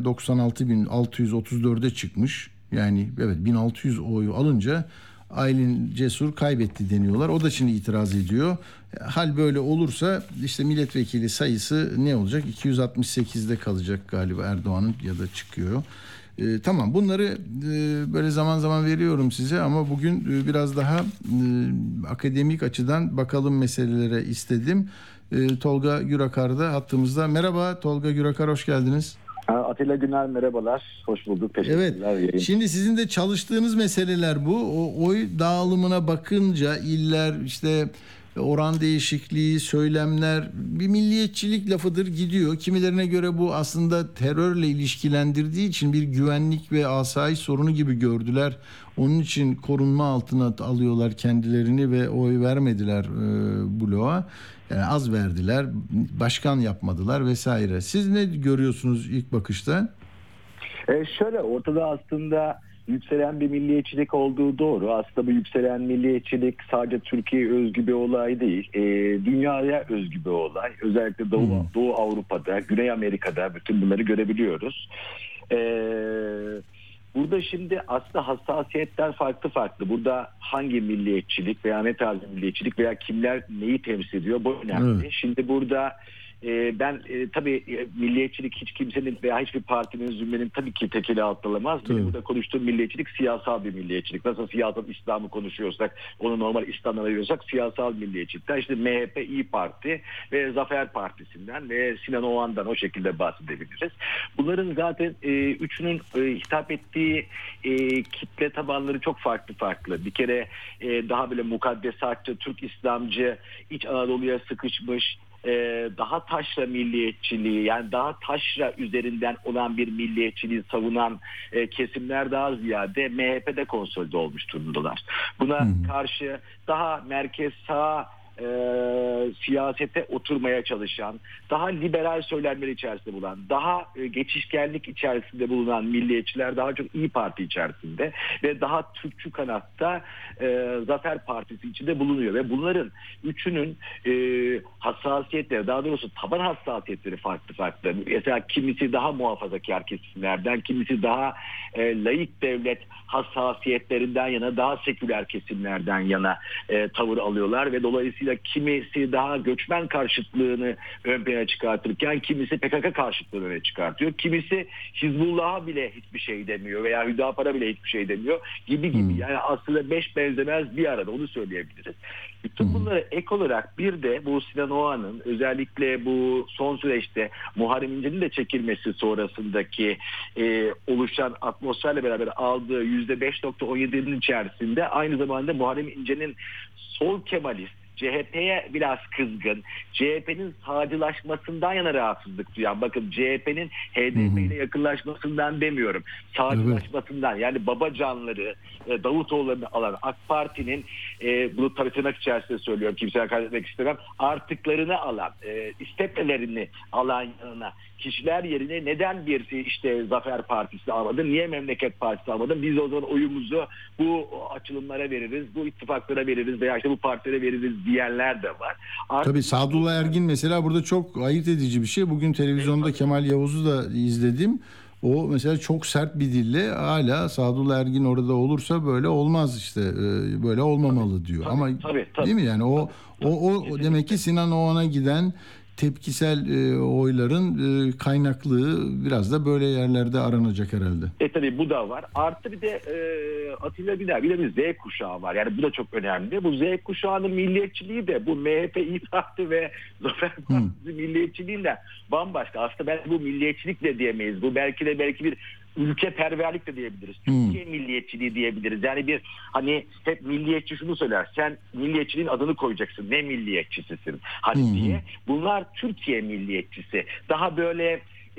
96.634'e çıkmış. Yani evet 1600 oyu alınca Aylin Cesur kaybetti deniyorlar. O da şimdi itiraz ediyor. Hal böyle olursa işte milletvekili sayısı ne olacak? 268'de kalacak galiba Erdoğan'ın ya da çıkıyor. Tamam bunları böyle zaman zaman veriyorum size ama bugün biraz daha akademik açıdan bakalım meselelere istedim. Tolga Gürakar da hattımızda. Merhaba Tolga Gürakar, hoş geldiniz. Atilla Güner, merhabalar. Hoş bulduk. Teşekkürler. Evet. Şimdi sizin de çalıştığınız meseleler bu. O oy dağılımına bakınca iller işte oran değişikliği, söylemler bir milliyetçilik lafıdır gidiyor. Kimilerine göre bu aslında terörle ilişkilendirdiği için bir güvenlik ve asayiş sorunu gibi gördüler. Onun için korunma altına alıyorlar kendilerini ve oy vermediler bloğa. Yani az verdiler, başkan yapmadılar vesaire. Siz ne görüyorsunuz ilk bakışta? Şöyle ortada aslında yükselen bir milliyetçilik olduğu doğru. Aslında bu yükselen milliyetçilik sadece Türkiye'ye özgü bir olay değil. Dünyaya özgü bir olay. Özellikle Doğu Avrupa'da, Güney Amerika'da bütün bunları görebiliyoruz. Burada şimdi aslında hassasiyetler farklı. Burada hangi milliyetçilik veya ne tarz milliyetçilik veya kimler neyi temsil ediyor bu önemli. Evet. Şimdi burada ben tabii milliyetçilik hiç kimsenin veya hiçbir partinin zümrenin tabii ki tekeli altlanamaz. Benim burada konuştuğum milliyetçilik siyasal bir milliyetçilik. Nasıl siyasal İslam'ı konuşuyorsak, onu normal İslam'dan ayırıyorsak siyasal milliyetçilikten işte MHP, İYİ Parti ve Zafer Partisi'nden ve Sinan Oğan'dan o şekilde bahsedebiliriz. Bunların zaten üçünün hitap ettiği kitle tabanları çok farklı. Bir kere daha böyle mukaddesatçı, Türk İslamcı, İç Anadolu'ya sıkışmış, daha taşra milliyetçiliği yani daha taşra üzerinden olan bir milliyetçiliği savunan kesimler daha ziyade MHP'de konsolide olmuş durumdalar. Buna karşı daha merkez sağ siyasete oturmaya çalışan, daha liberal söylemler içerisinde bulunan, daha geçişkenlik içerisinde bulunan milliyetçiler daha çok İYİ Parti içerisinde ve daha Türkçü kanatta Zafer Partisi içinde bulunuyor ve bunların üçünün hassasiyetleri, daha doğrusu taban hassasiyetleri farklı. Mesela kimisi daha muhafazakar kesimlerden, kimisi daha laik devlet hassasiyetlerinden yana, daha seküler kesimlerden yana tavır alıyorlar ve dolayısıyla kimisi daha göçmen karşıtlığını ön plana çıkartırken kimisi PKK karşıtlığını öne çıkartıyor. Kimisi Hizbullah'a bile hiçbir şey demiyor veya Hüdapar'a bile hiçbir şey demiyor gibi. Yani aslında beş benzemez bir arada, onu söyleyebiliriz. Bütün bunlara ek olarak bir de bu Sinan Oğan'ın özellikle bu son süreçte Muharrem İnce'nin de çekilmesi sonrasındaki oluşan atmosferle beraber aldığı %5.17'nin içerisinde aynı zamanda Muharrem İnce'nin sol Kemalist, CHP'ye biraz kızgın, CHP'nin sağcılaşmasından yana rahatsızlık duyan, bakın CHP'nin HDP ile yakınlaşmasından demiyorum, sağcılaşmasından, yani Babacanları, Davutoğulları'nı alan AK Parti'nin bunu tabii tırnak içerisinde söylüyorum, kimseye hakaret etmek istemem, artıklarını alan, istepelerini alan yanına kişiler yerine neden bir işte Zafer Partisi almadın, niye Memleket Partisi almadın, biz o zaman oyumuzu bu açılımlara veririz, bu ittifaklara veririz veya işte bu partilere veririz diyenler de var. Tabii Sadullah Ergin mesela burada çok ayırt edici bir şey. Bugün televizyonda Kemal Yavuz'u da izledim. O mesela çok sert bir dille hala Sadullah Ergin orada olursa böyle olmaz işte, böyle olmamalı diyor. Ama değil mi yani o demek ki Sinan Oğan'a giden tepkisel oyların kaynaklığı biraz da böyle yerlerde aranacak herhalde. Tabii bu da var. Artı bir de Atilla Güler, bir de bir Z kuşağı var. Yani bu da çok önemli. Bu Z kuşağının milliyetçiliği de bu MHP, İYİ Parti ve Zafer Partisi milliyetçiliğinden bambaşka. Aslında belki bu milliyetçilik de diyemeyiz. Bu belki bir ülkeperverlik de diyebiliriz. Türkiye milliyetçiliği diyebiliriz. Yani bir hani hep milliyetçi şunu söyler. Sen milliyetçiliğin adını koyacaksın. Ne milliyetçisisin? Hani diye. Bunlar Türkiye milliyetçisi. Daha böyle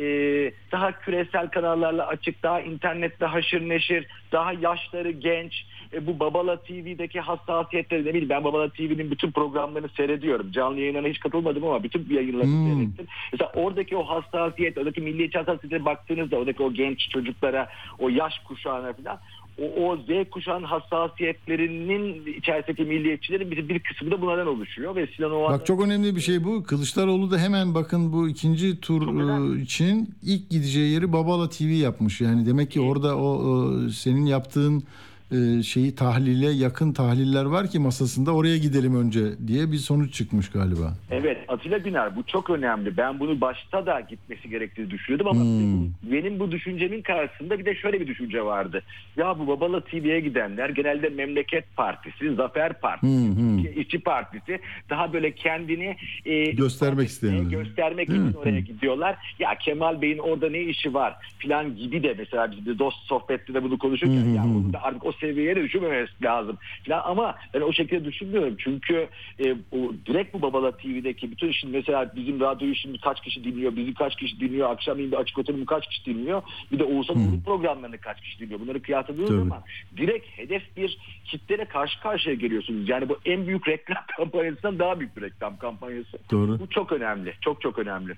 daha küresel kanallarla açık, daha internette haşır neşir, daha yaşları genç, bu Babala TV'deki hassasiyetleri, ne bileyim, ben Babala TV'nin bütün programlarını seyrediyorum. Canlı yayınlarına hiç katılmadım ama bütün yayınlarını seyrettim. Mesela oradaki o hassasiyet, oradaki milliyetçi hassasiyete baktığınızda oradaki o genç çocuklara, o yaş kuşağına falan, o Z kuşağının hassasiyetlerinin içerisindeki milliyetçilerin bir kısmı da bunlardan oluşuyor ve Sinan Oğan... Bak çok önemli bir şey bu. Kılıçdaroğlu da hemen bakın bu ikinci tur için ilk gideceği yeri Babala TV yapmış. Yani demek ki orada o senin yaptığın şeyi tahlile yakın tahliller var ki masasında, oraya gidelim önce diye bir sonuç çıkmış galiba. Evet, Atilla Güner, bu çok önemli. Ben bunu başta da gitmesi gerektiğini düşünüyordum ama benim bu düşüncemin karşısında bir de şöyle bir düşünce vardı. Ya bu Babala TV'ye gidenler genelde Memleket Partisi, Zafer Partisi, İşçi Partisi, daha böyle kendini göstermek isteyenler. Göstermek için oraya gidiyorlar. Ya Kemal Bey'in orada ne işi var filan gibi de, mesela biz de dost sohbette de bunu konuşurken ya artık o seviyeye de düşünmemesi lazım. Ama ben o şekilde düşünmüyorum. Çünkü direkt bu Babala TV'deki bütün şimdi mesela bizim radyoyu şimdi kaç kişi dinliyor, bizi kaç kişi dinliyor, akşamleyin de Açık Oturumu kaç kişi dinliyor, bir de Oğuzhan Uğur'un programlarını kaç kişi dinliyor. Bunları kıyasladığınız zaman direkt hedef bir kitleyle karşı karşıya geliyorsunuz. Yani bu en büyük reklam kampanyasından daha büyük bir reklam kampanyası. Doğru. Bu çok önemli. Çok çok önemli.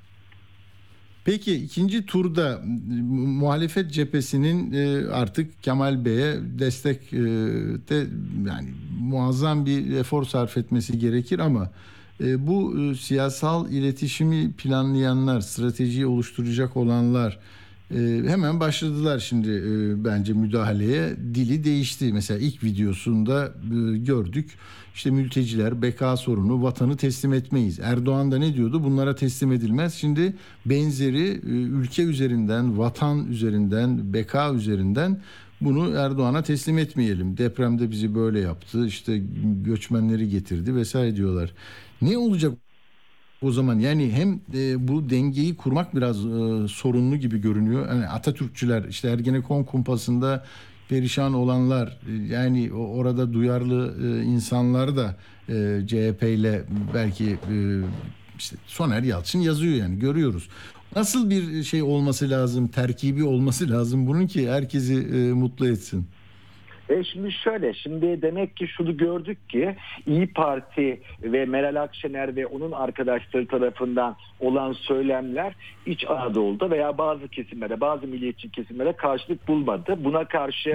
Peki ikinci turda muhalefet cephesinin artık Kemal Bey'e destek de yani muazzam bir efor sarf etmesi gerekir ama bu siyasal iletişimi planlayanlar, stratejiyi oluşturacak olanlar hemen başladılar şimdi bence müdahaleye. Dili değişti. Mesela ilk videosunda gördük. İşte mülteciler, beka sorunu, vatanı teslim etmeyiz. Erdoğan da ne diyordu? Bunlara teslim edilmez. Şimdi benzeri ülke üzerinden, vatan üzerinden, beka üzerinden bunu Erdoğan'a teslim etmeyelim. Depremde bizi böyle yaptı, işte göçmenleri getirdi vesaire diyorlar. Ne olacak o zaman? Yani hem bu dengeyi kurmak biraz sorunlu gibi görünüyor. Yani Atatürkçüler, işte Ergenekon kumpasında perişan olanlar, yani orada duyarlı insanlar da CHP ile belki işte Soner Yalçın yazıyor, yani görüyoruz. Nasıl bir şey olması lazım, terkibi olması lazım bunun ki herkesi mutlu etsin? Şimdi şöyle, şimdi demek ki şunu gördük ki İyi Parti ve Meral Akşener ve onun arkadaşları tarafından olan söylemler İç Anadolu'da veya bazı kesimlere, bazı milliyetçi kesimlere karşılık bulmadı. Buna karşı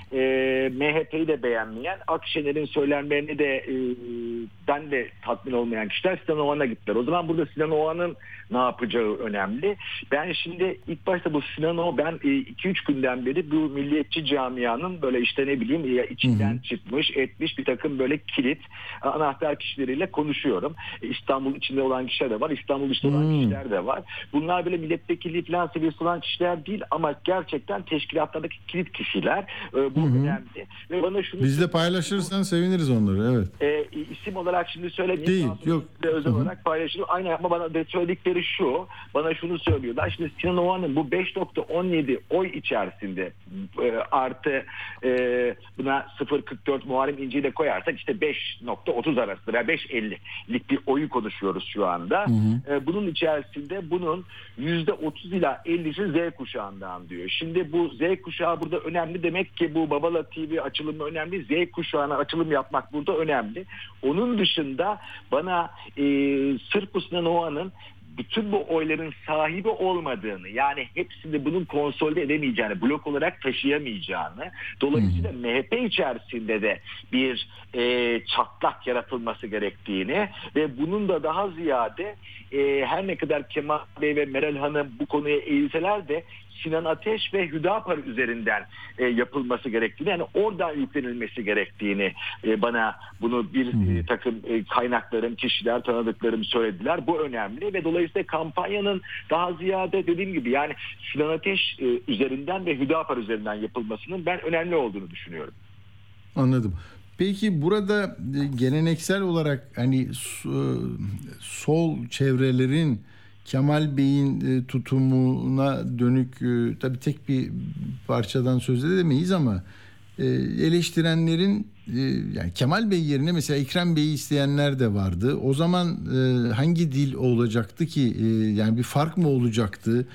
MHP'yi de beğenmeyen, Akşener'in söylemlerini de ben de tatmin olmayan kişiler Sinan Oğan'a gittiler. O zaman burada Sinan Oğan'ın ne yapacağı önemli. Ben şimdi ilk başta bu Sinan Oğan, ben 2-3 günden beri bu milliyetçi camianın böyle işte ne bileyim içinden çıkmış etmiş bir takım böyle kilit anahtar kişileriyle konuşuyorum. İstanbul içinde olan kişiler de var, İstanbul dışında olan kişiler de var. Bunlar böyle milletvekilliği falan seviyesi olan kişiler değil ama gerçekten teşkilatlardaki kilit kişiler. Bu önemli. Ve bana şunu biz de paylaşırsan seviniriz onları. Evet. İsim olarak şimdi söylemeyeyim. Değil, yok. Özel olarak paylaşırım. Aynı ama bana de söyledikleri şu. Bana şunu söylüyorlar. Şimdi Sinan Oğan'ın bu 5.17 oy içerisinde artı buna 0.44 Muharrem İnce'yi de koyarsak işte 5.30 arasında veya 5.50'lik bir oyu konuşuyoruz şu anda. Bunun içerisinde bunun %30 ila 50'si Z kuşağından diyor. Şimdi bu Z kuşağı burada önemli. Demek ki bu Babala TV açılımı önemli. Z kuşağına açılım yapmak burada önemli. Onun dışında bana sırf bu Sinan Oğan'ın bütün bu oyların sahibi olmadığını, yani hepsini bunun konsolide edemeyeceğini, blok olarak taşıyamayacağını, dolayısıyla MHP içerisinde de bir çatlak yaratılması gerektiğini ve bunun da daha ziyade her ne kadar Kemal Bey ve Meral Hanım bu konuya eğilseler de Sinan Ateş ve Hüdapar üzerinden yapılması gerektiğini, yani oradan yüklenilmesi gerektiğini bana bunu bir takım kaynaklarım, kişiler, tanıdıklarım söylediler. Bu önemli ve dolayısıyla kampanyanın daha ziyade dediğim gibi yani Sinan Ateş üzerinden ve Hüdapar üzerinden yapılmasının ben önemli olduğunu düşünüyorum. Anladım. Peki burada geleneksel olarak hani sol çevrelerin Kemal Bey'in tutumuna dönük tabii tek bir parçadan söz edemeyiz ama eleştirenlerin yani Kemal Bey yerine mesela Ekrem Bey'i isteyenler de vardı. O zaman hangi dil olacaktı ki, yani bir fark mı olacaktı?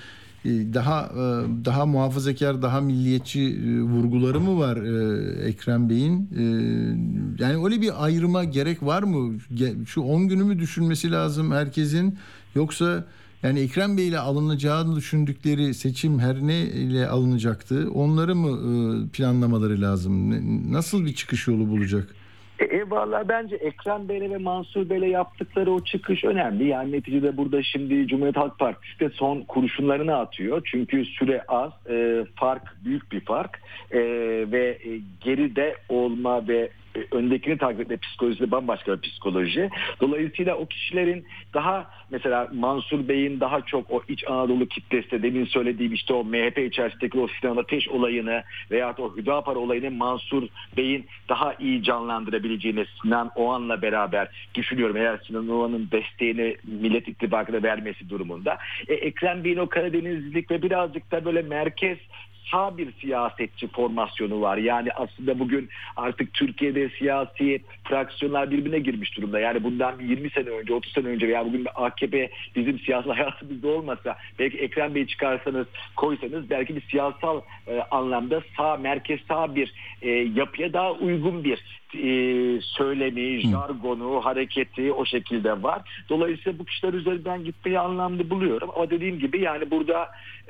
Daha muhafazakar, daha milliyetçi vurguları mı var Ekrem Bey'in? Yani öyle bir ayrıma gerek var mı? Şu 10 günü mü düşünmesi lazım herkesin? Yoksa yani Ekrem Bey ile alınacağını düşündükleri seçim her ne ile alınacaktı? Onları mı planlamaları lazım? Nasıl bir çıkış yolu bulacak? Vallahi bence Ekrem Bey'le ve Mansur Bey'le yaptıkları o çıkış önemli. Yani neticede burada şimdi Cumhuriyet Halk Partisi de son kurşunlarını atıyor. Çünkü süre az, fark büyük bir fark ve geride olma ve öndekini takip etme psikolojisi de bambaşka bir psikoloji. Dolayısıyla o kişilerin daha mesela Mansur Bey'in daha çok o İç Anadolu kitlesi, demin söylediğim işte o MHP içerisindeki o Sinan Ateş olayını veya o Hüdapar olayını Mansur Bey'in daha iyi canlandırabileceğini Sinan Oğan'la beraber düşünüyorum. Eğer Sinan Oğan'ın desteğini Millet İttifakı'na vermesi durumunda. Ekrem Bey'in o Karadenizlilik ve birazcık da böyle merkez sağ bir siyasetçi formasyonu var. Yani aslında bugün artık Türkiye'de siyasi fraksiyonlar birbirine girmiş durumda. Yani bundan 20 sene önce, 30 sene önce veya bugün AKP bizim siyasal hayatımızda olmasa, belki Ekrem Bey'i çıkarsanız, koysanız belki bir siyasal anlamda sağ, merkez sağ bir yapıya daha uygun bir söylemi, jargonu, hareketi o şekilde var. Dolayısıyla bu kişiler üzerinden gitmeyi anlamlı buluyorum. Ama dediğim gibi yani burada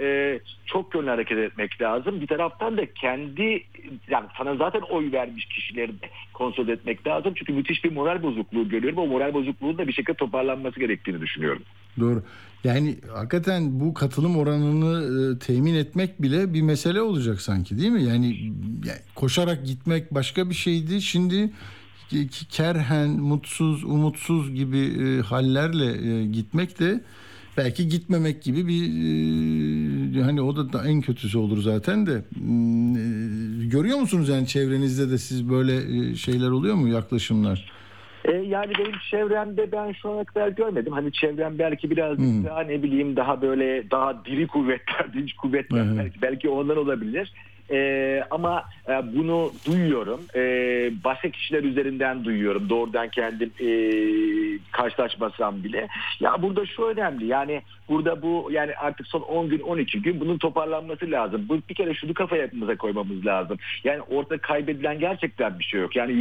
çok yönlü hareket etmek lazım. Bir taraftan da kendi, yani sana zaten oy vermiş kişileri de kontrol etmek lazım. Çünkü müthiş bir moral bozukluğu görüyorum. O moral bozukluğunun da bir şekilde toparlanması gerektiğini düşünüyorum. Doğru. Yani hakikaten bu katılım oranını temin etmek bile bir mesele olacak sanki, değil mi? Yani koşarak gitmek başka bir şeydi. Şimdi kerhen, mutsuz, umutsuz gibi hallerle gitmek de belki gitmemek gibi bir hani o da en kötüsü olur zaten de. Görüyor musunuz yani çevrenizde de siz böyle şeyler oluyor mu, yaklaşımlar? Yani benim çevremde ben şu ana kadar görmedim. Hani çevrem belki birazcık daha ne bileyim daha böyle daha diri kuvvetler, dinç kuvvetler belki ondan olabilir. Ama bunu duyuyorum. Başka kişiler üzerinden duyuyorum. Doğrudan kendim karşılaşmasam bile. Ya burada şu önemli. Yani burada bu yani artık son 10 gün 12 gün bunun toparlanması lazım. Bu bir kere şunu kafaya koymamız lazım. Yani orada kaybedilen gerçekten bir şey yok. Yani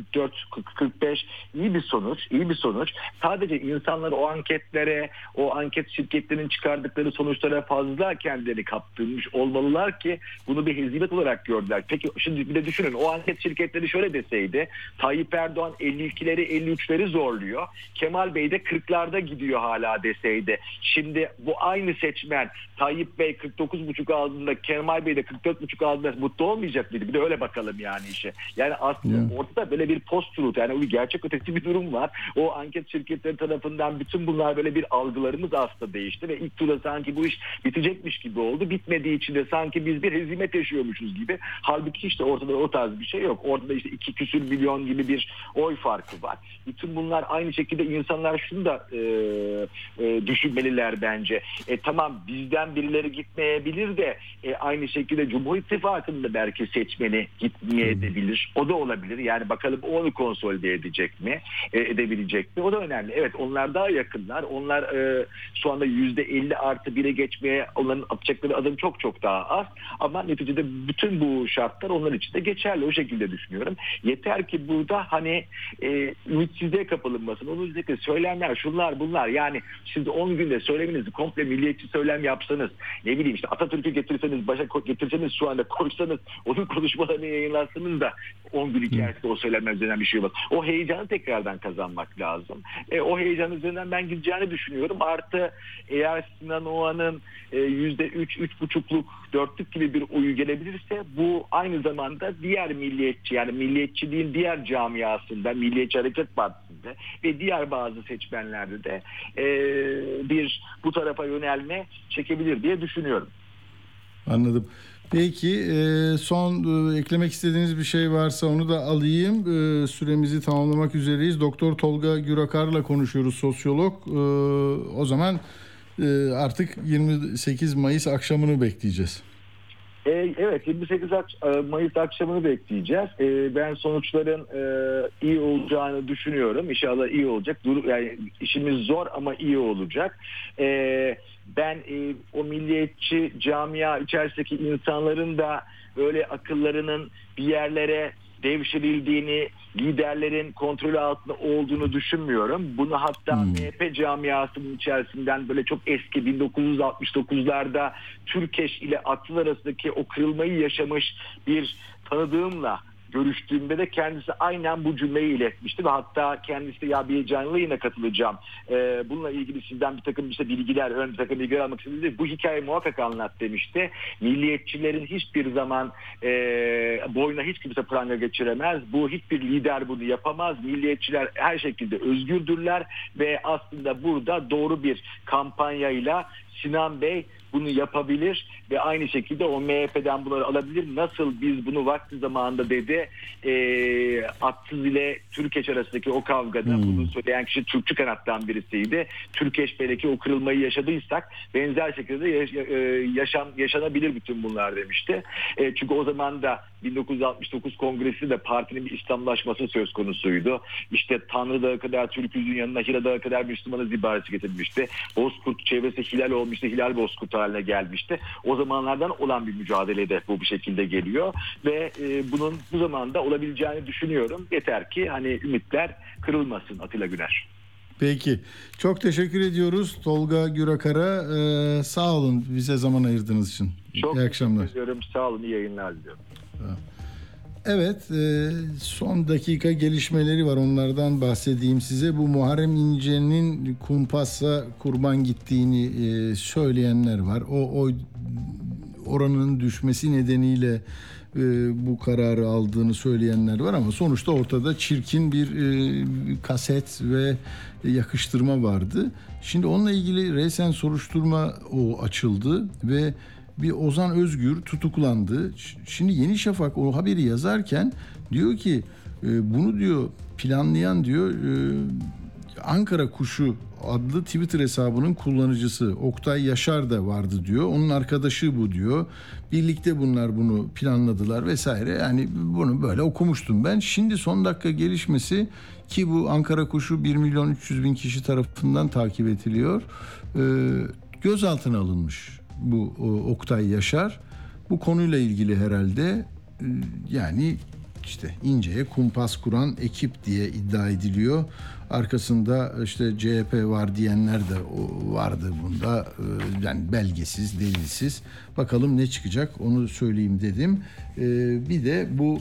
%44-45 iyi bir sonuç. Sadece insanlar o anketlere, o anket şirketlerinin çıkardıkları sonuçlara fazla kendileri kaptırmış olmalılar ki bunu bir hizmet olarak gördüler. Peki şimdi bir de düşünün, o anket şirketleri şöyle deseydi, Tayyip Erdoğan 52'leri 53'leri zorluyor, Kemal Bey de 40'larda gidiyor hala deseydi. Şimdi bu aynı seçmen Tayyip Bey 49,5 aldığında Kemal Bey de 44,5 aldığında mutlu olmayacak mıydı? Bir de öyle bakalım yani işe. Yani aslında ortada böyle bir post-truth, yani bir gerçek ötesi bir durum var. O anket şirketleri tarafından bütün bunlar böyle bir algılarımız aslında değişti ve ilk turda sanki bu iş bitecekmiş gibi oldu. Bitmediği için de sanki biz bir hezimet yaşıyormuşuz gibi. Halbuki işte ortada o tarz bir şey yok. Ortada işte 2 küsür milyon gibi bir oy farkı var. Bütün bunlar aynı şekilde insanlar şunu da düşünmeliler bence. Tamam bizden birileri gitmeyebilir de aynı şekilde Cumhur İttifakı'nın da belki seçmeni gitmeyebilir. O da olabilir. Yani bakalım o onu konsolide edecek mi? Edebilecek mi? O da önemli. Evet onlar daha yakınlar. Onlar şu anda %50+1'e geçmeye onların atacakları adım çok çok daha az. Ama neticede bütün bu şartlar onlar için de geçerli. O şekilde düşünüyorum. Yeter ki burada hani ümitsizliğe kapılınmasın. Onun üzerinde söylemler şunlar bunlar. Yani siz 10 günde söyleminizi komple milliyetçi söylem yapsanız, ne bileyim işte Atatürk'ü getirseniz, başa getirseniz, şu anda koysanız, onun konuşmalarını yayınlarsanız da 10 gün içerisinde o söylemler üzerinden bir şey olmaz. O heyecanı tekrardan kazanmak lazım. O heyecan üzerinden ben gideceğini düşünüyorum. Artı eğer Sinan Oğan'ın %3-3,5'luk 4'lük gibi bir oyu gelebilirse bu aynı zamanda diğer milliyetçi, yani milliyetçiliğin diğer camiasında, Milliyetçi Hareket Partisi'nde ve diğer bazı seçmenlerde de bir bu tarafa yönelme çekebilir diye düşünüyorum. Anladım. Peki son eklemek istediğiniz bir şey varsa onu da alayım. Süremizi tamamlamak üzereyiz. Doktor Tolga Gürakar'la konuşuyoruz, sosyolog. O zaman artık 28 Mayıs akşamını bekleyeceğiz. Evet, 28 Mayıs akşamını bekleyeceğiz. Ben sonuçların iyi olacağını düşünüyorum. İnşallah iyi olacak. Yani işimiz zor ama iyi olacak. Ben o milliyetçi camia içerisindeki insanların da böyle akıllarının bir yerlere devşirildiğini, liderlerin kontrolü altında olduğunu düşünmüyorum. Bunu hatta MHP camiasının içerisinden böyle çok eski 1969'larda Türkeş ile Akıl arasındaki o kırılmayı yaşamış bir tanıdığımla görüştüğümde de kendisi aynen bu cümleyi iletmişti ve hatta kendisi ya bir canlı yayına katılacağım. Bununla ilgili sizden bir takım bilgiler almak istedim. Bu hikayeyi muhakkak anlat demişti. Milliyetçilerin hiçbir zaman boyuna hiç kimse pranga geçiremez. Bu hiçbir lider bunu yapamaz. Milliyetçiler her şekilde özgürdürler ve aslında burada doğru bir kampanyayla Sinan Bey bunu yapabilir ve aynı şekilde o MHP'den bunları alabilir. Nasıl biz bunu vakti zamanında dedi Atsız ile Türkeş arasındaki o kavgada bunu söyleyen kişi Türkçü kanattan birisiydi. Türkeş belki o kırılmayı yaşadıysak benzer şekilde yaşanabilir bütün bunlar demişti. Çünkü o zaman da 1969 Kongresi de partinin bir İslamlaşması söz konusuydu. İşte Tanrı Dağı kadar Türk'üzün yanına Hira Dağı kadar Müslümanız ibaresi getirmişti. Bozkurt çevresi hilal olmuştu. Hilal Bozkurt haline gelmişti. O zamanlardan olan bir mücadelede bu bir şekilde geliyor ve bunun bu zamanda olabileceğini düşünüyorum. Yeter ki hani ümitler kırılmasın Atilla Güner. Peki. Çok teşekkür ediyoruz Tolga Gürakar'a. Sağ olun bize zaman ayırdığınız için. Çok İyi akşamlar. teşekkür ediyorum. Sağ olun. İyi yayınlar diliyorum. Evet, son dakika gelişmeleri var. Onlardan bahsedeyim size. Bu Muharrem İnce'nin kumpasla kurban gittiğini söyleyenler var. O oranın düşmesi nedeniyle bu kararı aldığını söyleyenler var ama sonuçta ortada çirkin bir kaset ve yakıştırma vardı. Şimdi onunla ilgili resen soruşturma açıldı ve bir Ozan Özgür tutuklandı. Şimdi Yeni Şafak o haberi yazarken diyor ki bunu diyor planlayan diyor Ankara Kuşu adlı Twitter hesabının kullanıcısı Oktay Yaşar da vardı diyor. Onun arkadaşı bu diyor. Birlikte bunlar bunu planladılar vesaire. Yani bunu böyle okumuştum ben. Şimdi son dakika gelişmesi ki bu Ankara Kuşu 1.300.000 kişi tarafından takip ediliyor. Gözaltına alınmış bu Oktay Yaşar. Bu konuyla ilgili herhalde yani işte İnce'ye kumpas kuran ekip diye iddia ediliyor. Arkasında işte CHP var diyenler de vardı bunda. Yani belgesiz, delilsiz. Bakalım ne çıkacak onu söyleyeyim dedim. Bir de bu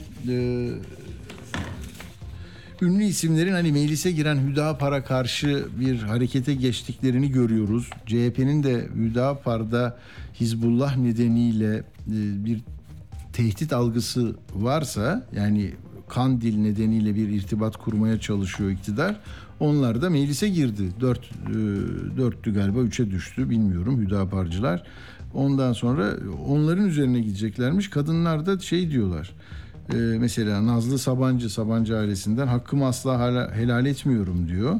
ünlü isimlerin hani meclise giren Hüdapar'a karşı bir harekete geçtiklerini görüyoruz. CHP'nin de Hüdapar'da Hizbullah nedeniyle bir tehdit algısı varsa yani Kandil nedeniyle bir irtibat kurmaya çalışıyor iktidar. Onlar da meclise girdi. 4'tü galiba 3'e düştü bilmiyorum Hüdaparcılar. Ondan sonra onların üzerine gideceklermiş. Kadınlar da şey diyorlar. Mesela Nazlı Sabancı ailesinden hakkımı asla helal etmiyorum diyor.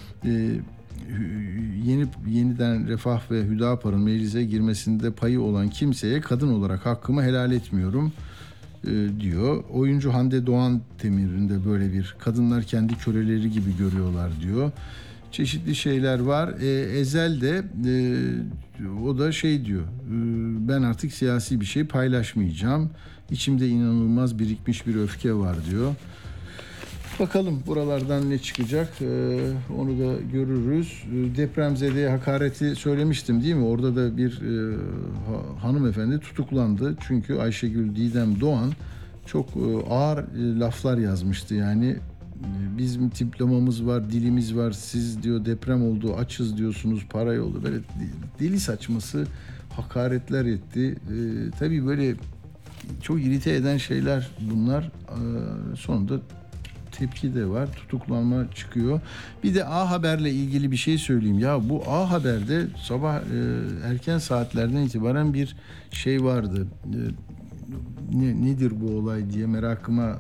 Yeniden Refah ve Hüdapar'ın meclise girmesinde payı olan kimseye kadın olarak hakkımı helal etmiyorum diyor. Oyuncu Hande Doğan Demir'in de böyle bir kadınlar kendi köleleri gibi görüyorlar diyor. Çeşitli şeyler var. Ezel de o da şey diyor. Ben artık siyasi bir şey paylaşmayacağım. İçimde inanılmaz birikmiş bir öfke var diyor. Bakalım buralardan ne çıkacak onu da görürüz. Depremzedeye hakareti söylemiştim değil mi? Orada da bir hanımefendi tutuklandı. Çünkü Ayşegül Didem Doğan çok ağır laflar yazmıştı. Yani bizim diplomamız var, dilimiz var. Siz diyor deprem oldu, açız diyorsunuz, para yoldu. Böyle deli saçması hakaretler etti. Tabii böyle çok irite eden şeyler bunlar. Sonunda tepki de var. Tutuklanma çıkıyor. Bir de A Haber'le ilgili bir şey söyleyeyim. Ya bu A Haber'de sabah erken saatlerden itibaren bir şey vardı. Nedir bu olay diye merakıma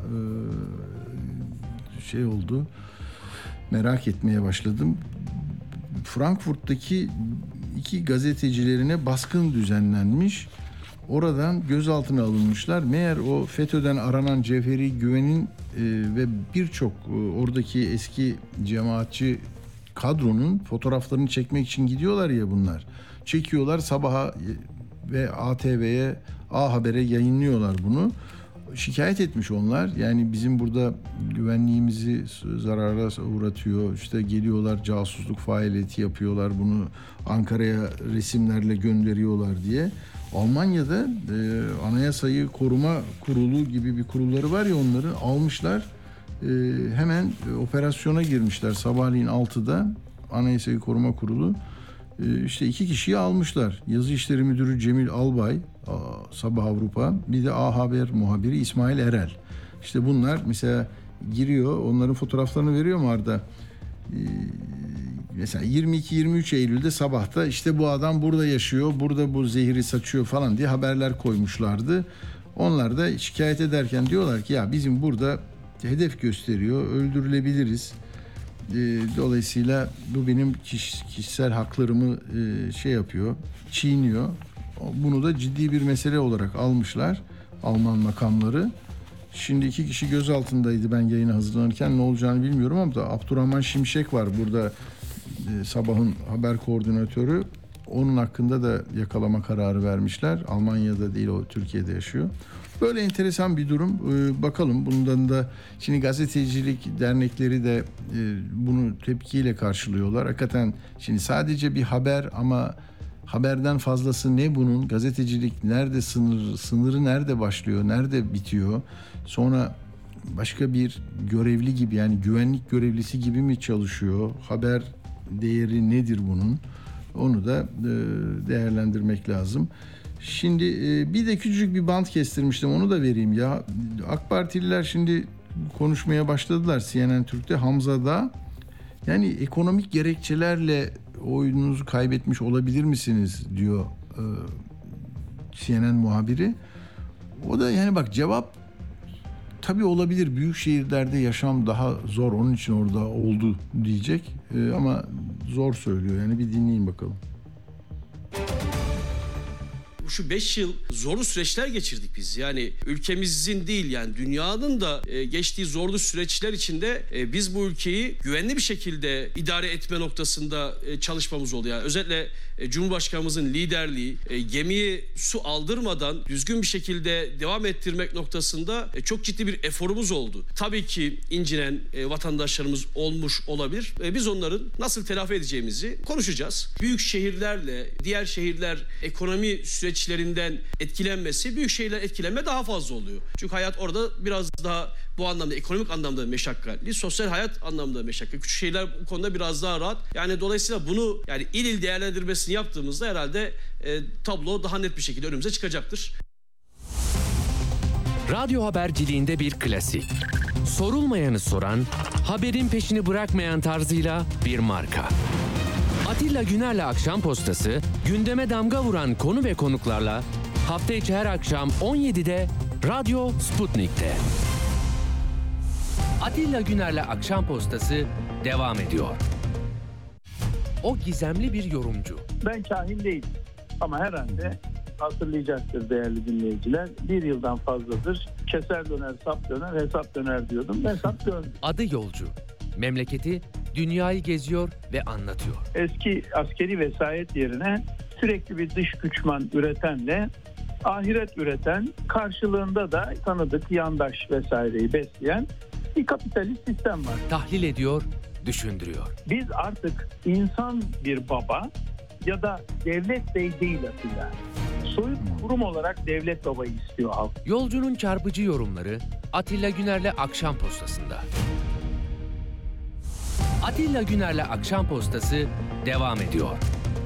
şey oldu. Merak etmeye başladım. Frankfurt'taki 2 gazetecilerine baskın düzenlenmiş. Oradan gözaltına alınmışlar. Meğer o FETÖ'den aranan Cevheri Güven'in ve birçok oradaki eski cemaatçi kadronun fotoğraflarını çekmek için gidiyorlar ya bunlar. Çekiyorlar sabaha ve ATV'ye, A Haber'e yayınlıyorlar bunu. Şikayet etmiş onlar. Yani bizim burada güvenliğimizi zarara uğratıyor. İşte geliyorlar casusluk faaliyeti yapıyorlar. Bunu Ankara'ya resimlerle gönderiyorlar diye. Almanya'da Anayasayı Koruma Kurulu gibi bir kurulları var ya onları almışlar. Hemen operasyona girmişler sabahleyin 6'da Anayasayı Koruma Kurulu. İşte 2 kişiyi almışlar. Yazı İşleri Müdürü Cemil Albay, Sabah Avrupa, bir de A Haber muhabiri İsmail Erel. İşte bunlar mesela giriyor, onların fotoğraflarını veriyor mu Arda? mesela 22-23 Eylül'de sabahta işte bu adam burada yaşıyor, burada bu zehri saçıyor falan diye haberler koymuşlardı. Onlar da şikayet ederken diyorlar ki ya bizim burada hedef gösteriyor, öldürülebiliriz. Dolayısıyla bu benim kişisel haklarımı şey yapıyor, çiğniyor. Bunu da ciddi bir mesele olarak almışlar Alman makamları. Şimdi 2 kişi gözaltındaydı ben yayına hazırlanırken, ne olacağını bilmiyorum ama da Abdurrahman Şimşek var burada, Sabah'ın haber koordinatörü. Onun hakkında da yakalama kararı vermişler. Almanya'da değil, o Türkiye'de yaşıyor. Böyle enteresan bir durum. Bakalım bundan da şimdi gazetecilik dernekleri de bunu tepkiyle karşılıyorlar. Hakikaten şimdi sadece bir haber ama haberden fazlası ne bunun? Gazetecilik nerede sınırı nerede başlıyor, nerede bitiyor? Sonra başka bir görevli gibi, yani güvenlik görevlisi gibi mi çalışıyor? Haber değeri nedir bunun? Onu da değerlendirmek lazım. Şimdi bir de küçücük bir bant kestirmiştim, onu da vereyim ya. AK Partililer şimdi konuşmaya başladılar CNN Türk'te. Hamza Dağ, yani ekonomik gerekçelerle oyununuzu kaybetmiş olabilir misiniz diyor CNN muhabiri. O da yani bak cevap tabii olabilir, büyük şehirlerde yaşam daha zor onun için orada oldu diyecek ama zor söylüyor, yani bir dinleyin bakalım. Şu 5 yıl zorlu süreçler geçirdik biz. Yani ülkemizin değil, yani dünyanın da geçtiği zorlu süreçler içinde biz bu ülkeyi güvenli bir şekilde idare etme noktasında çalışmamız oldu. Yani özellikle Cumhurbaşkanımızın liderliği, gemiyi su aldırmadan düzgün bir şekilde devam ettirmek noktasında çok ciddi bir eforumuz oldu. Tabii ki incinen vatandaşlarımız olmuş olabilir. Biz onların nasıl telafi edeceğimizi konuşacağız. Büyük şehirlerle diğer şehirler ekonomi süreçlerinden etkilenmesi, büyük şehirler etkilenme daha fazla oluyor. Çünkü hayat orada biraz daha bu anlamda, ekonomik anlamda meşakkatli, sosyal hayat anlamda meşakkatli. Küçük şehirler bu konuda biraz daha rahat. Yani dolayısıyla bunu yani il değerlendirmesini yaptığımızda herhalde tablo daha net bir şekilde önümüze çıkacaktır. Radyo haberciliğinde bir klasik. Sorulmayanı soran, haberin peşini bırakmayan tarzıyla bir marka. Atilla Güner'le Akşam Postası, gündeme damga vuran konu ve konuklarla hafta içi her akşam 17'de Radyo Sputnik'te. Atilla Güner'le Akşam Postası devam ediyor. O gizemli bir yorumcu. Ben kahin değilim ama herhalde hatırlayacaktır değerli dinleyiciler. 1 yıldan fazladır keser döner, sap döner, hesap döner diyordum. Hesap döndü. Adı yolcu. Memleketi, dünyayı geziyor ve anlatıyor. Eski askeri vesayet yerine sürekli bir dış güçman üretenle ahiret üreten, karşılığında da tanıdık yandaş vesaireyi besleyen bir kapitalist sistem var. Tahlil ediyor, düşündürüyor. Biz artık insan bir baba ya da devlet bey değil Atilla. Soyut kurum olarak devlet babayı istiyor halk. Yolcunun çarpıcı yorumları Atilla Güner'le Akşam Postası'nda. Atilla Güner'le Akşam Postası devam ediyor.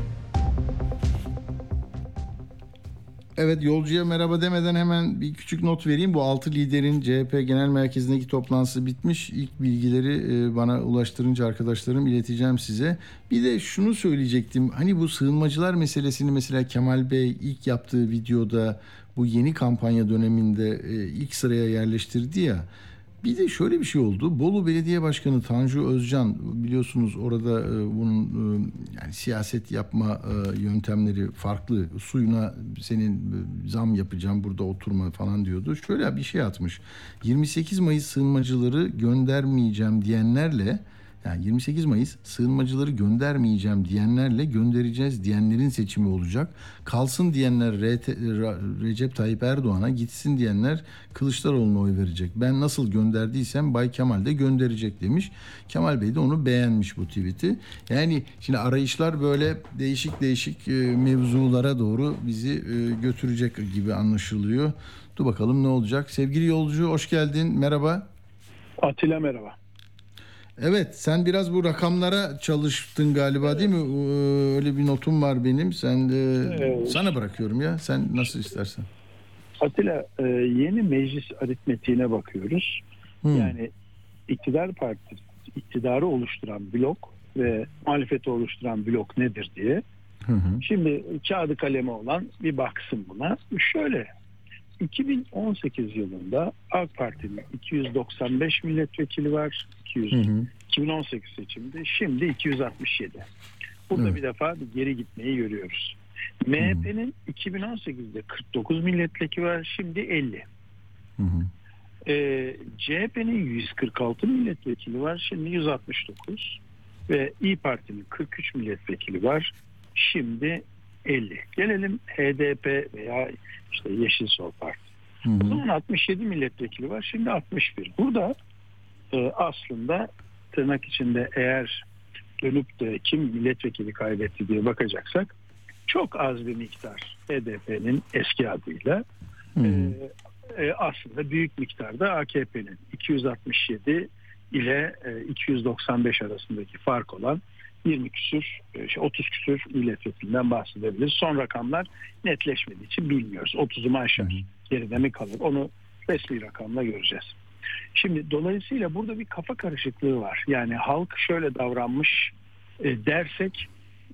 Evet, yolcuya merhaba demeden hemen bir küçük not vereyim. Bu 6 liderin CHP Genel Merkezi'ndeki toplantısı bitmiş. İlk bilgileri bana ulaştırınca arkadaşlarım ileteceğim size. Bir de şunu söyleyecektim. Hani bu sığınmacılar meselesini mesela Kemal Bey ilk yaptığı videoda bu yeni kampanya döneminde ilk sıraya yerleştirdi ya. Bir de şöyle bir şey oldu. Bolu Belediye Başkanı Tanju Özcan, biliyorsunuz orada bunun yani siyaset yapma yöntemleri farklı. Suyuna senin zam yapacağım, burada oturma falan diyordu. Şöyle bir şey atmış. 28 Mayıs sığınmacıları göndermeyeceğim diyenlerle, yani 28 Mayıs sığınmacıları göndermeyeceğim diyenlerle göndereceğiz diyenlerin seçimi olacak. Kalsın diyenler Recep Tayyip Erdoğan'a, gitsin diyenler Kılıçdaroğlu'na oy verecek. Ben nasıl gönderdiysem Bay Kemal de gönderecek demiş. Kemal Bey de onu beğenmiş, bu tweet'i. Yani şimdi arayışlar böyle değişik değişik mevzulara doğru bizi götürecek gibi anlaşılıyor. Dur bakalım ne olacak. Sevgili yolcu, hoş geldin. Merhaba. Atilla merhaba. Evet, sen biraz bu rakamlara çalıştın galiba, değil mi? Öyle bir notum var benim. Sen sana bırakıyorum ya. Sen nasıl istersen. Atilla, yeni meclis aritmetiğine bakıyoruz. Yani iktidar partisi, iktidarı oluşturan blok ve muhalefeti oluşturan blok nedir diye. Şimdi kağıdı kalemi olan bir baksın buna. Şöyle, 2018 yılında AK Parti'nin 295 milletvekili var. 2018 seçimde, şimdi 267. Burada bir defa bir geri gitmeyi görüyoruz. MHP'nin 2018'de 49 milletvekili var, şimdi 50. CHP'nin 146 milletvekili var, şimdi 169. Ve İYİ Parti'nin 43 milletvekili var, şimdi 50. Gelelim HDP veya işte Yeşil Sol Parti. O zaman 67 milletvekili var, şimdi 61. Burada aslında tırnak içinde eğer dönüp de kim milletvekili kaybetti diye bakacaksak çok az bir miktar HDP'nin eski adıyla aslında büyük miktarda AKP'nin 267 ile 295 arasındaki fark olan 20 küsür, 30 küsür milletvekilinden bahsedebiliriz. Son rakamlar netleşmediği için bilmiyoruz. 30'u mu aşar, geride mi kalır? Onu resmi rakamla göreceğiz. Şimdi dolayısıyla burada bir kafa karışıklığı var. Yani halk şöyle davranmış dersek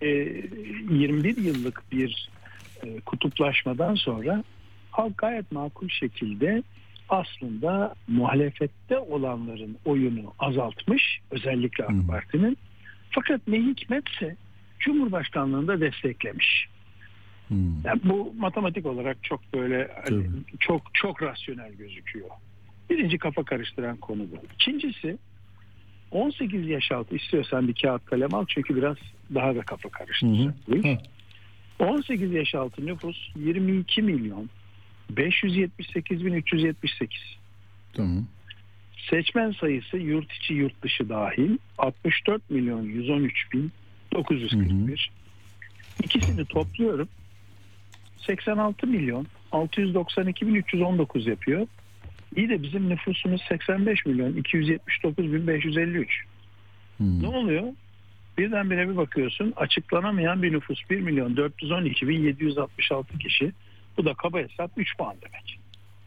21 yıllık bir kutuplaşmadan sonra halk gayet makul şekilde aslında muhalefette olanların oyunu azaltmış, özellikle AK Parti'nin. Fakat ne hikmetse Cumhurbaşkanlığında desteklemiş. Yani bu matematik olarak çok böyle hani, çok rasyonel gözüküyor. Birinci kafa karıştıran konu bu. İkincisi 18 yaş altı, istiyorsan bir kağıt kalem al çünkü biraz daha da kafa karıştıracak. 18 yaş altı nüfus 22 milyon 578 bin 378. Tamam. Seçmen sayısı yurt içi yurt dışı dahil 64 milyon 113 bin 941. İkisini topluyorum. 86 milyon 692 bin 319 yapıyor. İyi de bizim nüfusumuz 85 milyon 279 bin 553. Ne oluyor? Birdenbire bir bakıyorsun, açıklanamayan bir nüfus 1 milyon 412 bin 766 kişi. Bu da kaba hesap 3 puan demek.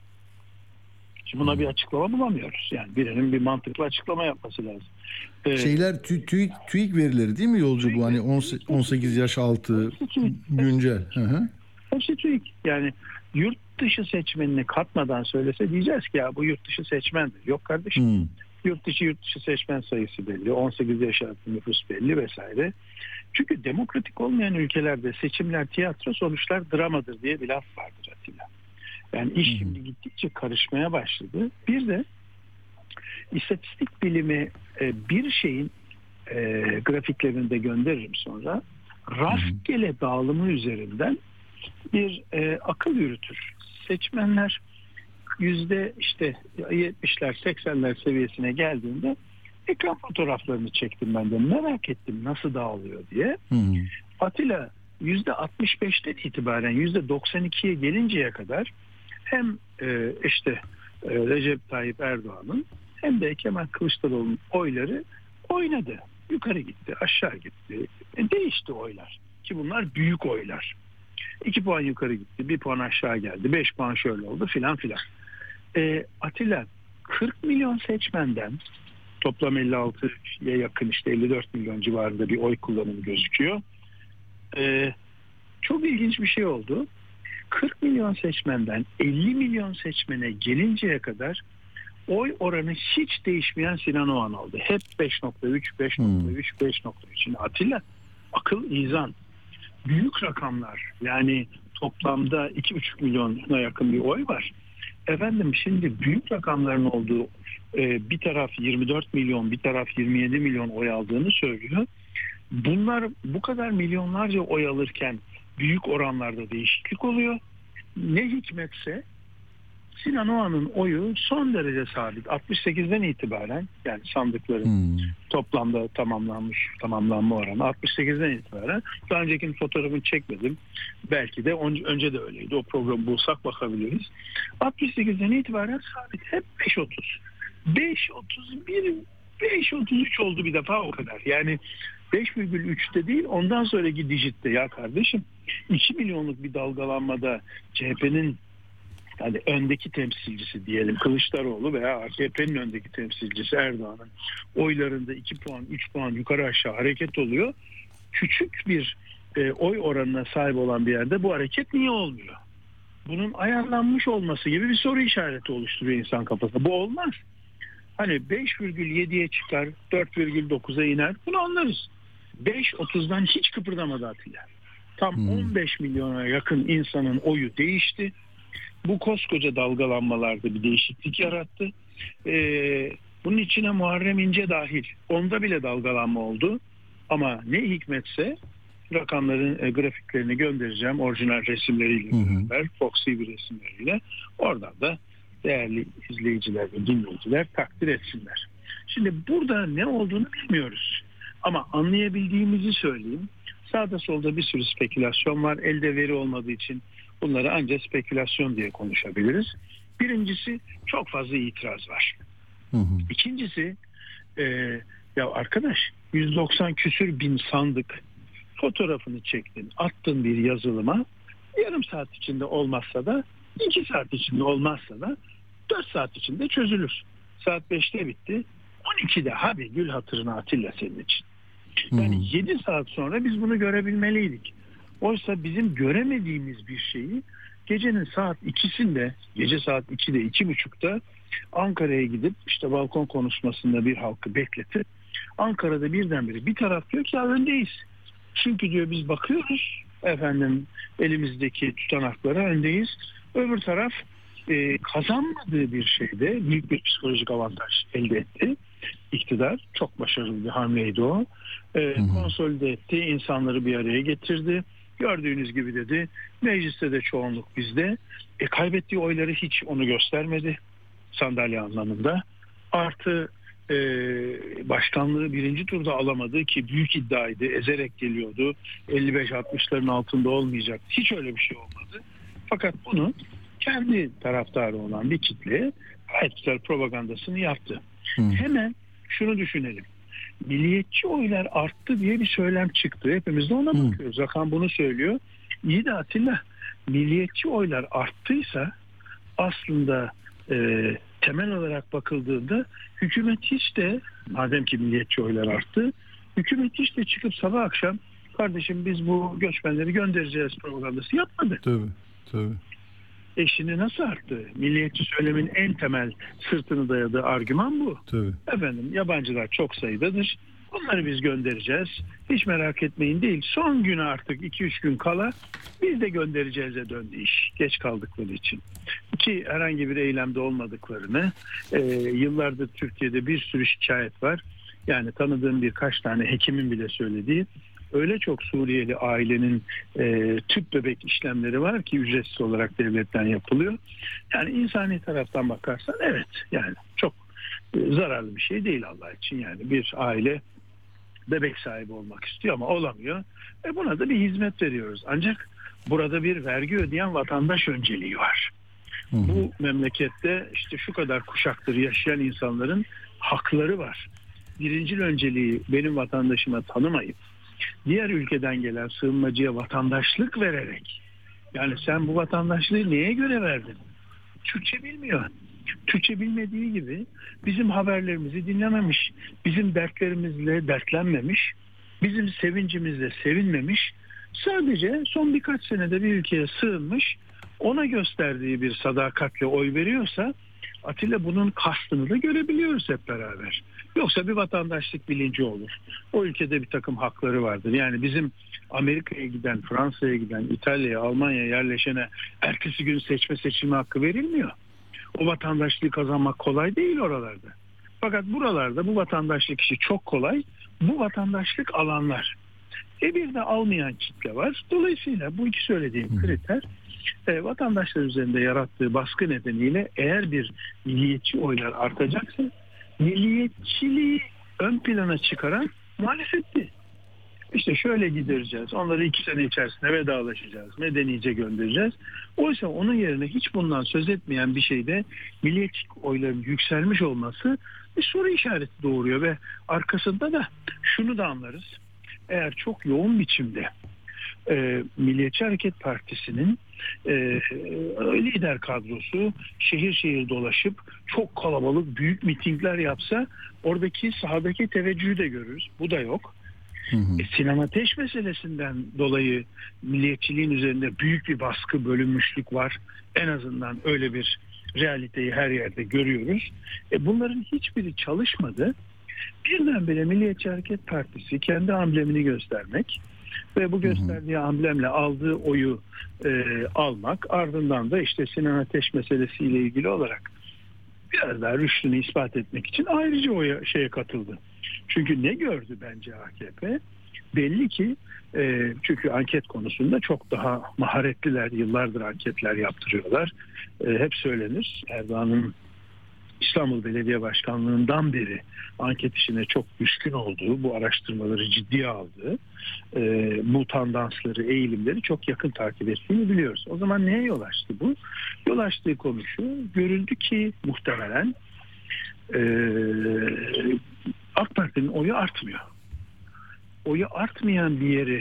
Şimdi buna bir açıklama bulamıyoruz. Yani birinin bir mantıklı açıklama yapması lazım. Şeyler TÜİK verileri değil mi yolcu bu? Hani 18 yaş altı güncel. Hepsi TÜİK. Yani yurt dışı seçmenini katmadan söylese diyeceğiz ki ya bu yurt dışı seçmendir. Yok kardeşim. Yurt dışı seçmen sayısı belli. 18 yaş altı nüfus belli vesaire. Çünkü demokratik olmayan ülkelerde seçimler tiyatro, sonuçlar dramadır diye bir laf vardır Atilla. Yani iş şimdi gittikçe karışmaya başladı. Bir de istatistik bilimi bir şeyin grafiklerini de gönderirim sonra, rastgele dağılımı üzerinden bir akıl yürütür. Seçmenler yüzde işte 70'ler 80'ler seviyesine geldiğinde ekran fotoğraflarını çektim ben de, merak ettim nasıl dağılıyor diye. Atilla %65'ten itibaren %92'ye gelinceye kadar hem Recep Tayyip Erdoğan'ın hem de Kemal Kılıçdaroğlu'nun oyları oynadı. Yukarı gitti, aşağı gitti. Değişti oylar. Ki bunlar büyük oylar. 2 puan yukarı gitti, 1 puan aşağı geldi, 5 puan şöyle oldu filan filan. Atilla 40 milyon seçmenden toplam 56'ya yakın, işte 54 milyon civarında bir oy kullanımı gözüküyor. Çok ilginç bir şey oldu. 40 milyon seçmenden 50 milyon seçmene gelinceye kadar oy oranı hiç değişmeyen Sinan Oğan oldu. Hep 5.3, 5.3, 5.3. Şimdi Atilla, akıl izan. Büyük rakamlar, yani toplamda 2,5 milyona yakın bir oy var. Efendim şimdi büyük rakamların olduğu, bir taraf 24 milyon, bir taraf 27 milyon oy aldığını söylüyor. Bunlar bu kadar milyonlarca oy alırken büyük oranlarda değişiklik oluyor. Ne hikmetse Sinan Oğan'ın oyu son derece sabit. 68'den itibaren, yani sandıkların toplamda tamamlanma oranı 68'den itibaren, daha önceki fotoğrafını çekmedim. Belki de önce de öyleydi. O programı bulsak bakabiliriz. 68'den itibaren sabit. Hep 5.30. 5.31, 5.33 oldu bir defa, o kadar. Yani 5,3'te değil, ondan sonraki dijitte. Ya kardeşim, 2 milyonluk bir dalgalanmada CHP'nin hani öndeki temsilcisi diyelim Kılıçdaroğlu veya AKP'nin öndeki temsilcisi Erdoğan'ın oylarında 2 puan 3 puan yukarı aşağı hareket oluyor. Küçük bir oy oranına sahip olan bir yerde bu hareket niye olmuyor? Bunun ayarlanmış olması gibi bir soru işareti oluşturuyor insan kafasında. Bu olmaz. Hani 5,7'ye çıkar, 4,9'a iner. Bunu anlarız. 5,30'dan hiç kıpırdamadı Atilla. Tam 15 milyona yakın insanın oyu değişti. Bu koskoca dalgalanmalarda bir değişiklik yarattı. Bunun içine Muharrem İnce dahil. Onda bile dalgalanma oldu. Ama ne hikmetse rakamların grafiklerini göndereceğim. Orijinal resimleriyle beraber, Fox TV resimleriyle. Oradan da değerli izleyiciler ve dinleyiciler takdir etsinler. Şimdi burada ne olduğunu bilmiyoruz. Ama anlayabildiğimizi söyleyeyim. Sağda solda bir sürü spekülasyon var. Elde veri olmadığı için bunları ancak spekülasyon diye konuşabiliriz. Birincisi çok fazla itiraz var. İkincisi ya arkadaş 190 küsür bin sandık fotoğrafını çektin, attın bir yazılıma, yarım saat içinde olmazsa da 2 saat içinde olmazsa da 4 saat içinde çözülür. Saat 5'te bitti. 12'de hadi gül hatırına Atilla senin için. Yani 7 saat sonra biz bunu görebilmeliydik. Oysa bizim göremediğimiz bir şeyi gecenin saat 2'sinde, gece saat 2'de 2.30'da Ankara'ya gidip işte balkon konuşmasında bir halkı bekletip Ankara'da birdenbire bir taraf diyor ki ya öndeyiz. Çünkü diyor biz bakıyoruz efendim elimizdeki tutanaklara öndeyiz. Öbür taraf kazanmadığı bir şeyde büyük bir psikolojik avantaj elde etti. İktidar çok başarılı bir hamleydi o. Konsolide etti, insanları bir araya getirdi. Gördüğünüz gibi dedi mecliste de çoğunluk bizde. Kaybettiği oyları hiç onu göstermedi sandalye anlamında. Artı başkanlığı birinci turda alamadı ki büyük iddiaydı. Ezerek geliyordu. 55-60'ların altında olmayacak. Hiç öyle bir şey olmadı. Fakat bunu kendi taraftarı olan bir kitle gayet güzel propagandasını yaptı. Hemen şunu düşünelim. Milliyetçi oylar arttı diye bir söylem çıktı. Hepimiz de ona bakıyoruz. Rakam bunu söylüyor. İyi de Atilla, milliyetçi oylar arttıysa aslında temel olarak bakıldığında hükümet hiç de madem ki milliyetçi oylar arttı, hükümet hiç de çıkıp sabah akşam kardeşim biz bu göçmenleri göndereceğiz propagandası yapmadı. Tabii. Şimdi nasıl arttı? Milliyetçi söylemin en temel sırtını dayadığı argüman bu. Tabii. Efendim yabancılar çok sayıdadır. Onları biz göndereceğiz. Hiç merak etmeyin değil. Son günü artık 2-3 gün kala biz de göndereceğiz'e döndü iş. Geç kaldıkları için. Ki herhangi bir eylemde olmadıklarını yıllardır Türkiye'de bir sürü şikayet var. Yani tanıdığım birkaç tane hekimin bile söylediği öyle çok Suriyeli ailenin tüp bebek işlemleri var ki ücretsiz olarak devletten yapılıyor. Yani insani taraftan bakarsan evet yani çok zararlı bir şey değil Allah için. Yani bir aile bebek sahibi olmak istiyor ama olamıyor. Buna da bir hizmet veriyoruz. Ancak burada bir vergi ödeyen vatandaş önceliği var. Bu memlekette işte şu kadar kuşaktır yaşayan insanların hakları var. Birincil önceliği benim vatandaşıma tanımayıp diğer ülkeden gelen sığınmacıya vatandaşlık vererek yani sen bu vatandaşlığı neye göre verdin? Türkçe bilmiyor. Türkçe bilmediği gibi bizim haberlerimizi dinlememiş, bizim dertlerimizle dertlenmemiş, bizim sevincimizle sevinmemiş, sadece son birkaç senede bir ülkeye sığınmış, ona gösterdiği bir sadakatle oy veriyorsa Atilla bunun kastını da görebiliyoruz hep beraber. Yoksa bir vatandaşlık bilinci olur. O ülkede bir takım hakları vardır. Yani bizim Amerika'ya giden, Fransa'ya giden, İtalya'ya, Almanya'ya yerleşene ertesi gün seçme hakkı verilmiyor. O vatandaşlığı kazanmak kolay değil oralarda. Fakat buralarda bu vatandaşlık işi çok kolay. Bu vatandaşlık alanlar. Bir de almayan kitle var. Dolayısıyla bu iki söylediğim kriter vatandaşlar üzerinde yarattığı baskı nedeniyle eğer bir milliyetçi oylar artacaksa milliyetçiliği ön plana çıkaran muhalefetti. İşte şöyle gidereceğiz. Onları 2 sene içerisinde vedalaşacağız. Medenice göndereceğiz. Oysa onun yerine hiç bundan söz etmeyen bir şeyde milliyetçilik oyların yükselmiş olması bir soru işareti doğuruyor ve arkasında da şunu da anlarız. Eğer çok yoğun biçimde Milliyetçi Hareket Partisi'nin lider kadrosu şehir şehir dolaşıp çok kalabalık büyük mitingler yapsa oradaki sahadaki teveccühü de görürüz. Bu da yok. Sinan Ateş meselesinden dolayı milliyetçiliğin üzerinde büyük bir baskı, bölünmüşlük var. En azından öyle bir realiteyi her yerde görüyoruz. Bunların hiçbiri çalışmadı. Birdenbire Milliyetçi Hareket Partisi kendi amblemini göstermek ve bu gösterdiği amblemle aldığı oyu almak, ardından da işte Sinan Ateş meselesiyle ilgili olarak biraz daha rüştünü ispat etmek için ayrıca o şeye katıldı. Çünkü ne gördü bence AKP? Belli ki çünkü anket konusunda çok daha maharetliler, yıllardır anketler yaptırıyorlar. Hep söylenir, Erdoğan'ın İstanbul Belediye Başkanlığı'ndan beri anket işine çok düşkün olduğu, bu araştırmaları ciddiye aldığı, bu tandansları, eğilimleri çok yakın takip ettiğini biliyoruz. O zaman neye yol açtı bu? Yol açtığı konu şu, görüldü ki muhtemelen AK Parti'nin oyu artmıyor. Oyu artmayan bir yeri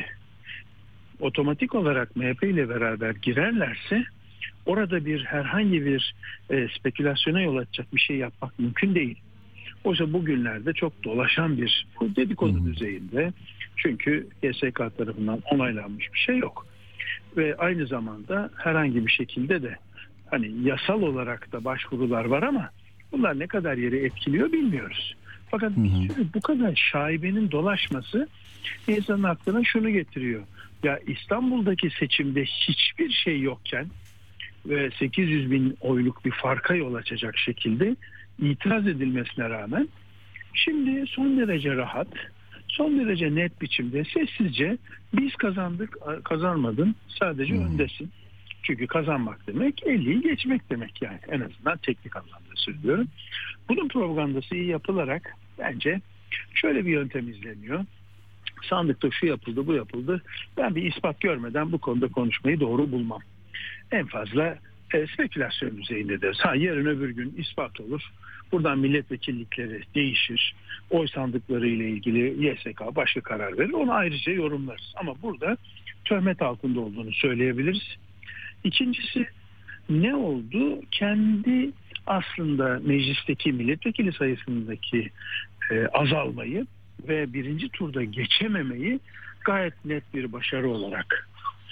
otomatik olarak MHP ile beraber girerlerse orada herhangi bir spekülasyona yol açacak bir şey yapmak mümkün değil. Oysa bugünlerde çok dolaşan bir dedikodu düzeyinde, çünkü YSK tarafından onaylanmış bir şey yok. Ve aynı zamanda herhangi bir şekilde de hani yasal olarak da başvurular var ama bunlar ne kadar yeri etkiliyor bilmiyoruz. Fakat bu kadar şaibenin dolaşması insanın aklına şunu getiriyor. Ya İstanbul'daki seçimde hiçbir şey yokken ve 800 bin oyluk bir farka yol açacak şekilde itiraz edilmesine rağmen şimdi son derece rahat, son derece net biçimde sessizce biz kazandık, kazanmadın, sadece öndesin. Çünkü kazanmak demek 50'yi geçmek demek, yani en azından teknik anlamda söylüyorum. Bunun propagandası iyi yapılarak bence şöyle bir yöntem izleniyor. Sandıkta şu yapıldı, bu yapıldı. Ben bir ispat görmeden bu konuda konuşmayı doğru bulmam. En fazla spekülasyon düzeyindedir. Yarın öbür gün ispat olur. Buradan milletvekillikleri değişir. Oy sandıkları ile ilgili YSK başka karar verir. Onu ayrıca yorumlarız. Ama burada töhmet altında olduğunu söyleyebiliriz. İkincisi, ne oldu? Kendi aslında meclisteki milletvekili sayısındaki azalmayı ve birinci turda geçememeyi gayet net bir başarı olarak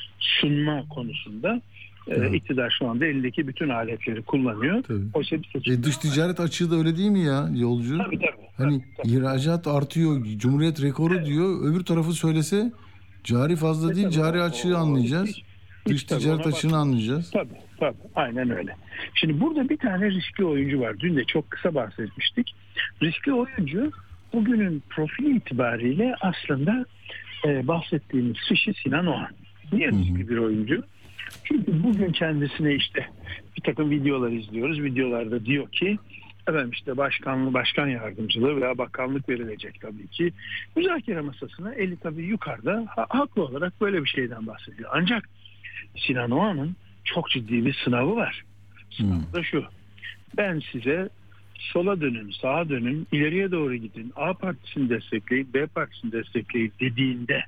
sunma konusunda iktidar şu anda elindeki bütün aletleri kullanıyor. Oysa dış ticaret açığı da öyle değil mi ya yolcu? Tabii. Hani ihracat artıyor, Cumhuriyet rekoru diyor. Öbür tarafı söylese cari fazla değil, cari açığı anlayacağız. Dış ticaret açığını anlayacağız. Tabii. Aynen öyle. Şimdi burada bir tane riskli oyuncu var. Dün de çok kısa bahsetmiştik. Riskli oyuncu bugünün profili itibariyle aslında bahsettiğimiz kişi Sinan Oğan. Niye riskli bir oyuncu? Çünkü bugün kendisine işte bir takım videolar izliyoruz. Videolarda diyor ki efendim işte başkan yardımcılığı veya bakanlık verilecek tabii ki. Müzakere masasına eli tabii yukarıda, haklı olarak böyle bir şeyden bahsediyor. Ancak Sinan Oğan'ın çok ciddi bir sınavı var. Sınav da şu: ben size sola dönün, sağa dönün, ileriye doğru gidin, A partisini destekleyin, B partisini destekleyin dediğinde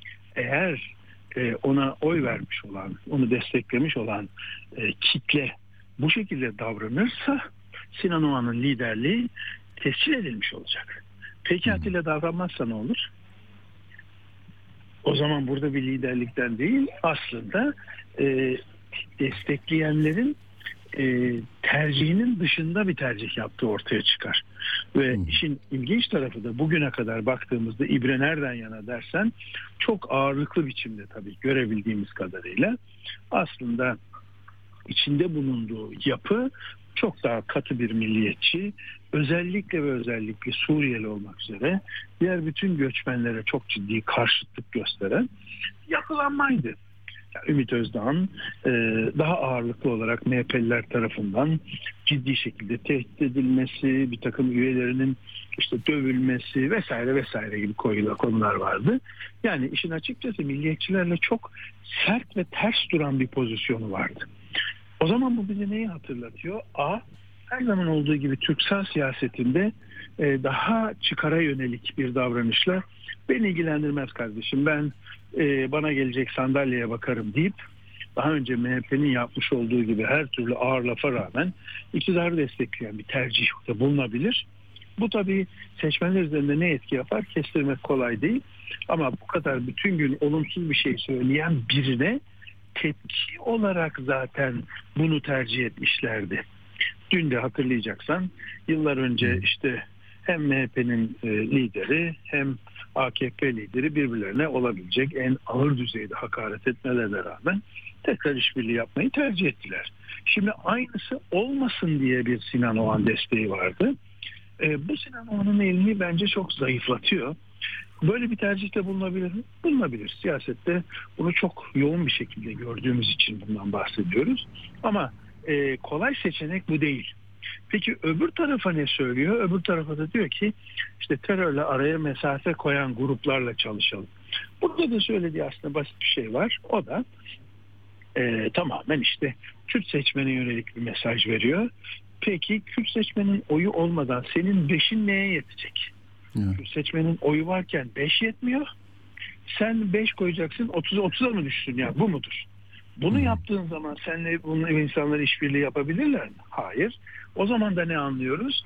eğer ona oy vermiş olan, onu desteklemiş olan kitle bu şekilde davranırsa Sinan Oğan'ın liderliği tescil edilmiş olacak. Peki Atilla davranmazsa ne olur? O zaman burada bir liderlikten değil, aslında destekleyenlerin tercihinin dışında bir tercih yaptığı ortaya çıkar. Ve işin ilginç tarafı da bugüne kadar baktığımızda ibre nereden yana dersen çok ağırlıklı biçimde tabii görebildiğimiz kadarıyla aslında içinde bulunduğu yapı çok daha katı bir milliyetçi, özellikle Suriyeli olmak üzere diğer bütün göçmenlere çok ciddi karşıtlık gösteren yapılanmaydı. Ümit Özdağ'ın daha ağırlıklı olarak MHP'liler tarafından ciddi şekilde tehdit edilmesi, bir takım üyelerinin işte dövülmesi vesaire gibi konular vardı. Yani işin açıkçası milliyetçilerle çok sert ve ters duran bir pozisyonu vardı. O zaman bu bize neyi hatırlatıyor? Her zaman olduğu gibi Türksel siyasetinde daha çıkara yönelik bir davranışla beni ilgilendirmez kardeşim, ben bana gelecek sandalyeye bakarım deyip daha önce MHP'nin yapmış olduğu gibi her türlü ağır lafa rağmen iktidarı destekleyen bir tercihte bulunabilir. Bu tabii seçmenler üzerinde ne etki yapar kestirmek kolay değil. Ama bu kadar bütün gün olumsuz bir şey söyleyen birine tepki olarak zaten bunu tercih etmişlerdi. Dün de hatırlayacaksan yıllar önce işte hem MHP'nin lideri hem AKP lideri birbirlerine olabilecek en ağır düzeyde hakaret etmelerine rağmen tekrar işbirliği yapmayı tercih ettiler. Şimdi aynısı olmasın diye bir Sinan Oğan desteği vardı. Bu Sinan Oğan'ın elini bence çok zayıflatıyor. Böyle bir tercihte bulunabilir mi? Bulunabilir. Siyasette bunu çok yoğun bir şekilde gördüğümüz için bundan bahsediyoruz. Ama kolay seçenek bu değil. Peki öbür tarafa ne söylüyor? Öbür tarafa da diyor ki işte terörle araya mesafe koyan gruplarla çalışalım. Burada da söylediği aslında basit bir şey var. O da tamamen işte Kürt seçmene yönelik bir mesaj veriyor. Peki Kürt seçmenin oyu olmadan senin 5'in neye yetecek? Evet. Kürt seçmenin oyu varken 5 yetmiyor. Sen 5 koyacaksın, 30'a mı düşsün ya? Bu mudur? Bunu yaptığın zaman seninle bunun insanlar işbirliği yapabilirler mi? Hayır. O zaman da ne anlıyoruz?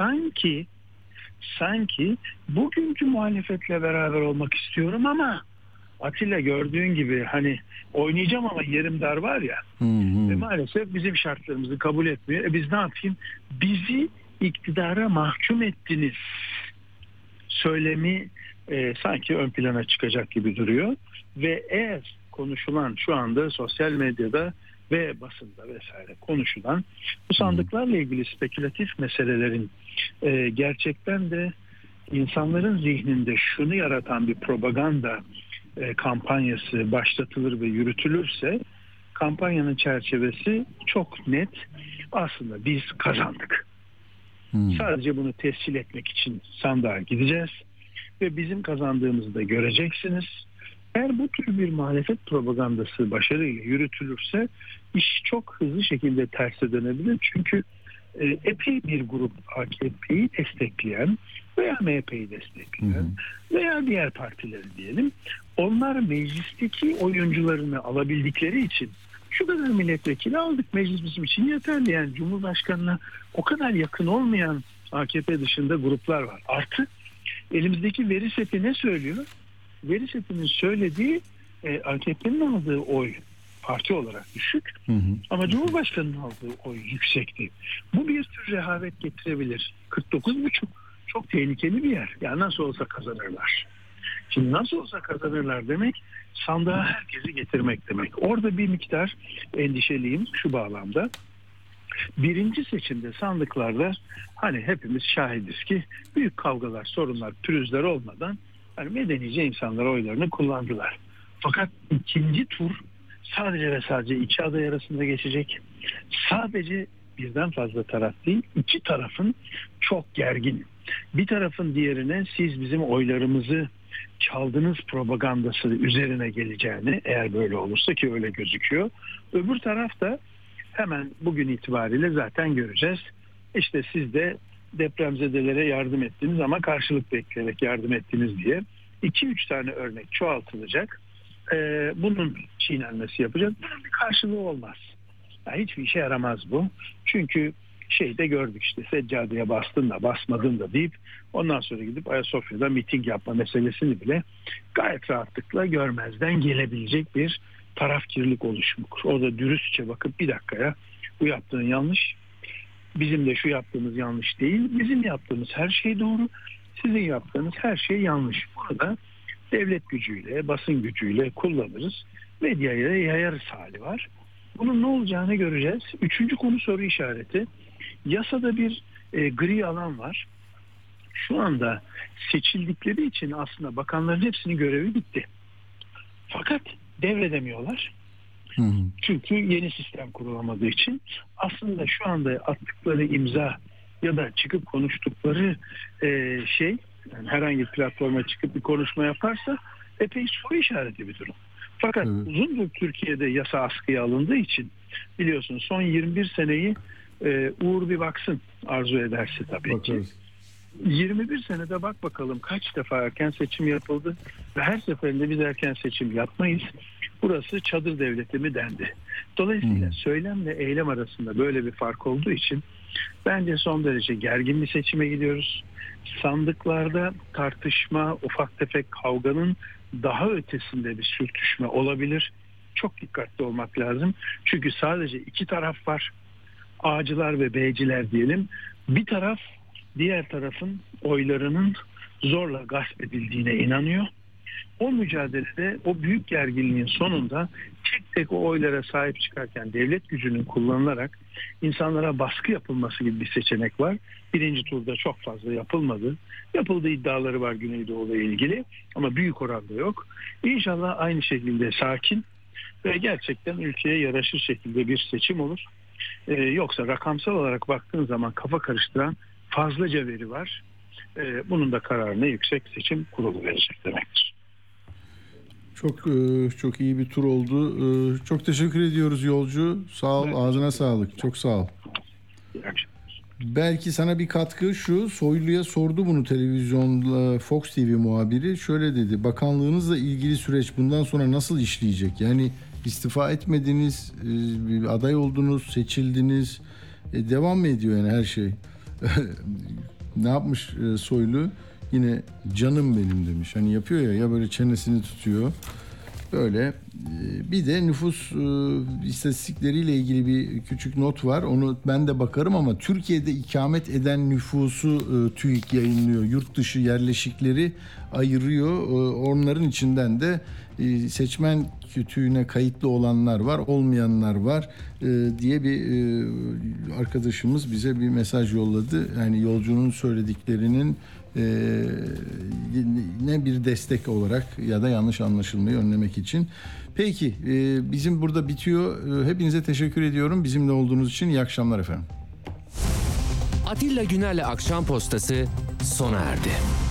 Sanki bugünkü muhalefetle beraber olmak istiyorum ama Atilla gördüğün gibi hani oynayacağım ama yerim dar var ya. Ve maalesef bizim şartlarımızı kabul etmiyor. Biz ne yapayım? Bizi iktidara mahkum ettiniz söylemi sanki ön plana çıkacak gibi duruyor. Ve eğer konuşulan şu anda sosyal medyada ve basında vesaire konuşulan bu sandıklarla ilgili spekülatif meselelerin gerçekten de insanların zihninde şunu yaratan bir propaganda kampanyası başlatılır ve yürütülürse kampanyanın çerçevesi çok net. Aslında biz kazandık. Sadece bunu tescil etmek için sandığa gideceğiz ve bizim kazandığımızı da göreceksiniz. Eğer bu tür bir muhalefet propagandası başarıyla yürütülürse iş çok hızlı şekilde terse dönebilir. Çünkü epey bir grup AKP'yi destekleyen veya MHP'yi destekleyen veya diğer partileri diyelim, onlar meclisteki oyuncularını alabildikleri için şu kadar milletvekili aldık, meclis bizim için yeterli. Yani Cumhurbaşkanı'na o kadar yakın olmayan AKP dışında gruplar var. Artı elimizdeki veri seti ne söylüyor? Veri setinin söylediği AKP'nin aldığı oy parti olarak düşük ama Cumhurbaşkanı'nın aldığı oy yüksekti. Bu bir tür rehavet getirebilir. 49,5 çok tehlikeli bir yer. Yani nasıl olsa kazanırlar. Şimdi nasıl olsa kazanırlar demek sandığa herkesi getirmek demek. Orada bir miktar endişeliyim şu bağlamda. Birinci seçimde sandıklarda hani hepimiz şahidiz ki büyük kavgalar, sorunlar, pürüzler olmadan hani medenice insanlar oylarını kullandılar. Fakat ikinci tur sadece ve sadece iki aday arasında geçecek. Sadece birden fazla taraf değil, iki tarafın çok gergin. Bir tarafın diğerine siz bizim oylarımızı çaldınız propagandası üzerine geleceğini, eğer böyle olursa ki öyle gözüküyor. Öbür taraf da hemen bugün itibariyle zaten göreceğiz. İşte siz de depremzedelere yardım ettiniz ama karşılık bekleyerek yardım ettiniz diye 2-3 tane örnek çoğaltılacak. Bunun çiğnenmesi yapacak. Bunun bir karşılığı olmaz. Yani hiçbir işe yaramaz bu. Çünkü şeyde gördük işte seccadeye bastın da basmadın da deyip ondan sonra gidip Ayasofya'da miting yapma meselesini bile gayet rahatlıkla görmezden gelebilecek bir tarafkirlik oluşmuş. O da dürüstçe bakıp bir dakikaya bu yaptığın yanlış. Bizim de şu yaptığımız yanlış değil. Bizim yaptığımız her şey doğru. Sizin yaptığınız her şey yanlış. Bunu da devlet gücüyle, basın gücüyle kullanırız. Medyaya yayarız hali var. Bunun ne olacağını göreceğiz. Üçüncü konu soru işareti. Yasada bir gri alan var. Şu anda seçildikleri için aslında bakanların hepsinin görevi bitti. Fakat devredemiyorlar. Çünkü yeni sistem kurulamadığı için aslında şu anda attıkları imza ya da çıkıp konuştukları yani herhangi bir platforma çıkıp bir konuşma yaparsa epey soru işareti bir durum. Fakat uzundur Türkiye'de yasa askıya alındığı için biliyorsunuz son 21 seneyi Uğur bir baksın arzu ederse tabii ki. 21 senede bak bakalım kaç defa erken seçim yapıldı ve her seferinde biz erken seçim yapmayız. Burası çadır devleti mi dendi. Dolayısıyla söylemle eylem arasında böyle bir fark olduğu için bence son derece gergin bir seçime gidiyoruz. Sandıklarda tartışma, ufak tefek kavganın daha ötesinde bir sürtüşme olabilir. Çok dikkatli olmak lazım. Çünkü sadece iki taraf var. A'cılar ve B'ciler diyelim. Bir taraf diğer tarafın oylarının zorla gasp edildiğine inanıyor. O mücadelede, o büyük gerginliğin sonunda tek tek o oylara sahip çıkarken devlet gücünün kullanılarak insanlara baskı yapılması gibi bir seçenek var. Birinci turda çok fazla yapılmadı. Yapıldığı iddiaları var Güneydoğu'la ilgili ama büyük oranda yok. İnşallah aynı şekilde sakin ve gerçekten ülkeye yaraşır şekilde bir seçim olur. Yoksa rakamsal olarak baktığın zaman kafa karıştıran fazlaca veri var. Bunun da kararını Yüksek Seçim Kurulu verecek demektir. Çok iyi bir tur oldu. Çok teşekkür ediyoruz Yolcu. Sağ ol, evet. Ağzına sağlık. Çok sağ ol. İyi akşamlar. Belki sana bir katkı şu, Soylu'ya sordu bunu televizyonda Fox TV muhabiri. Şöyle dedi, bakanlığınızla ilgili süreç bundan sonra nasıl işleyecek? Yani istifa etmediniz, aday oldunuz, seçildiniz, devam mı ediyor yani her şey? Ne yapmış Soylu? Yine canım benim demiş. Hani yapıyor ya böyle çenesini tutuyor. Böyle bir de nüfus istatistikleriyle ilgili bir küçük not var. Onu ben de bakarım ama Türkiye'de ikamet eden nüfusu TÜİK yayınlıyor. Yurt dışı yerleşikleri ayırıyor. Onların içinden de seçmen kütüğüne kayıtlı olanlar var, olmayanlar var diye bir arkadaşımız bize bir mesaj yolladı. Yani Yolcunun söylediklerinin ne bir destek olarak ya da yanlış anlaşılmayı önlemek için. Peki bizim burada bitiyor. Hepinize teşekkür ediyorum bizimle olduğunuz için. İyi akşamlar efendim. Atilla Güner'le Akşam Postası sona erdi.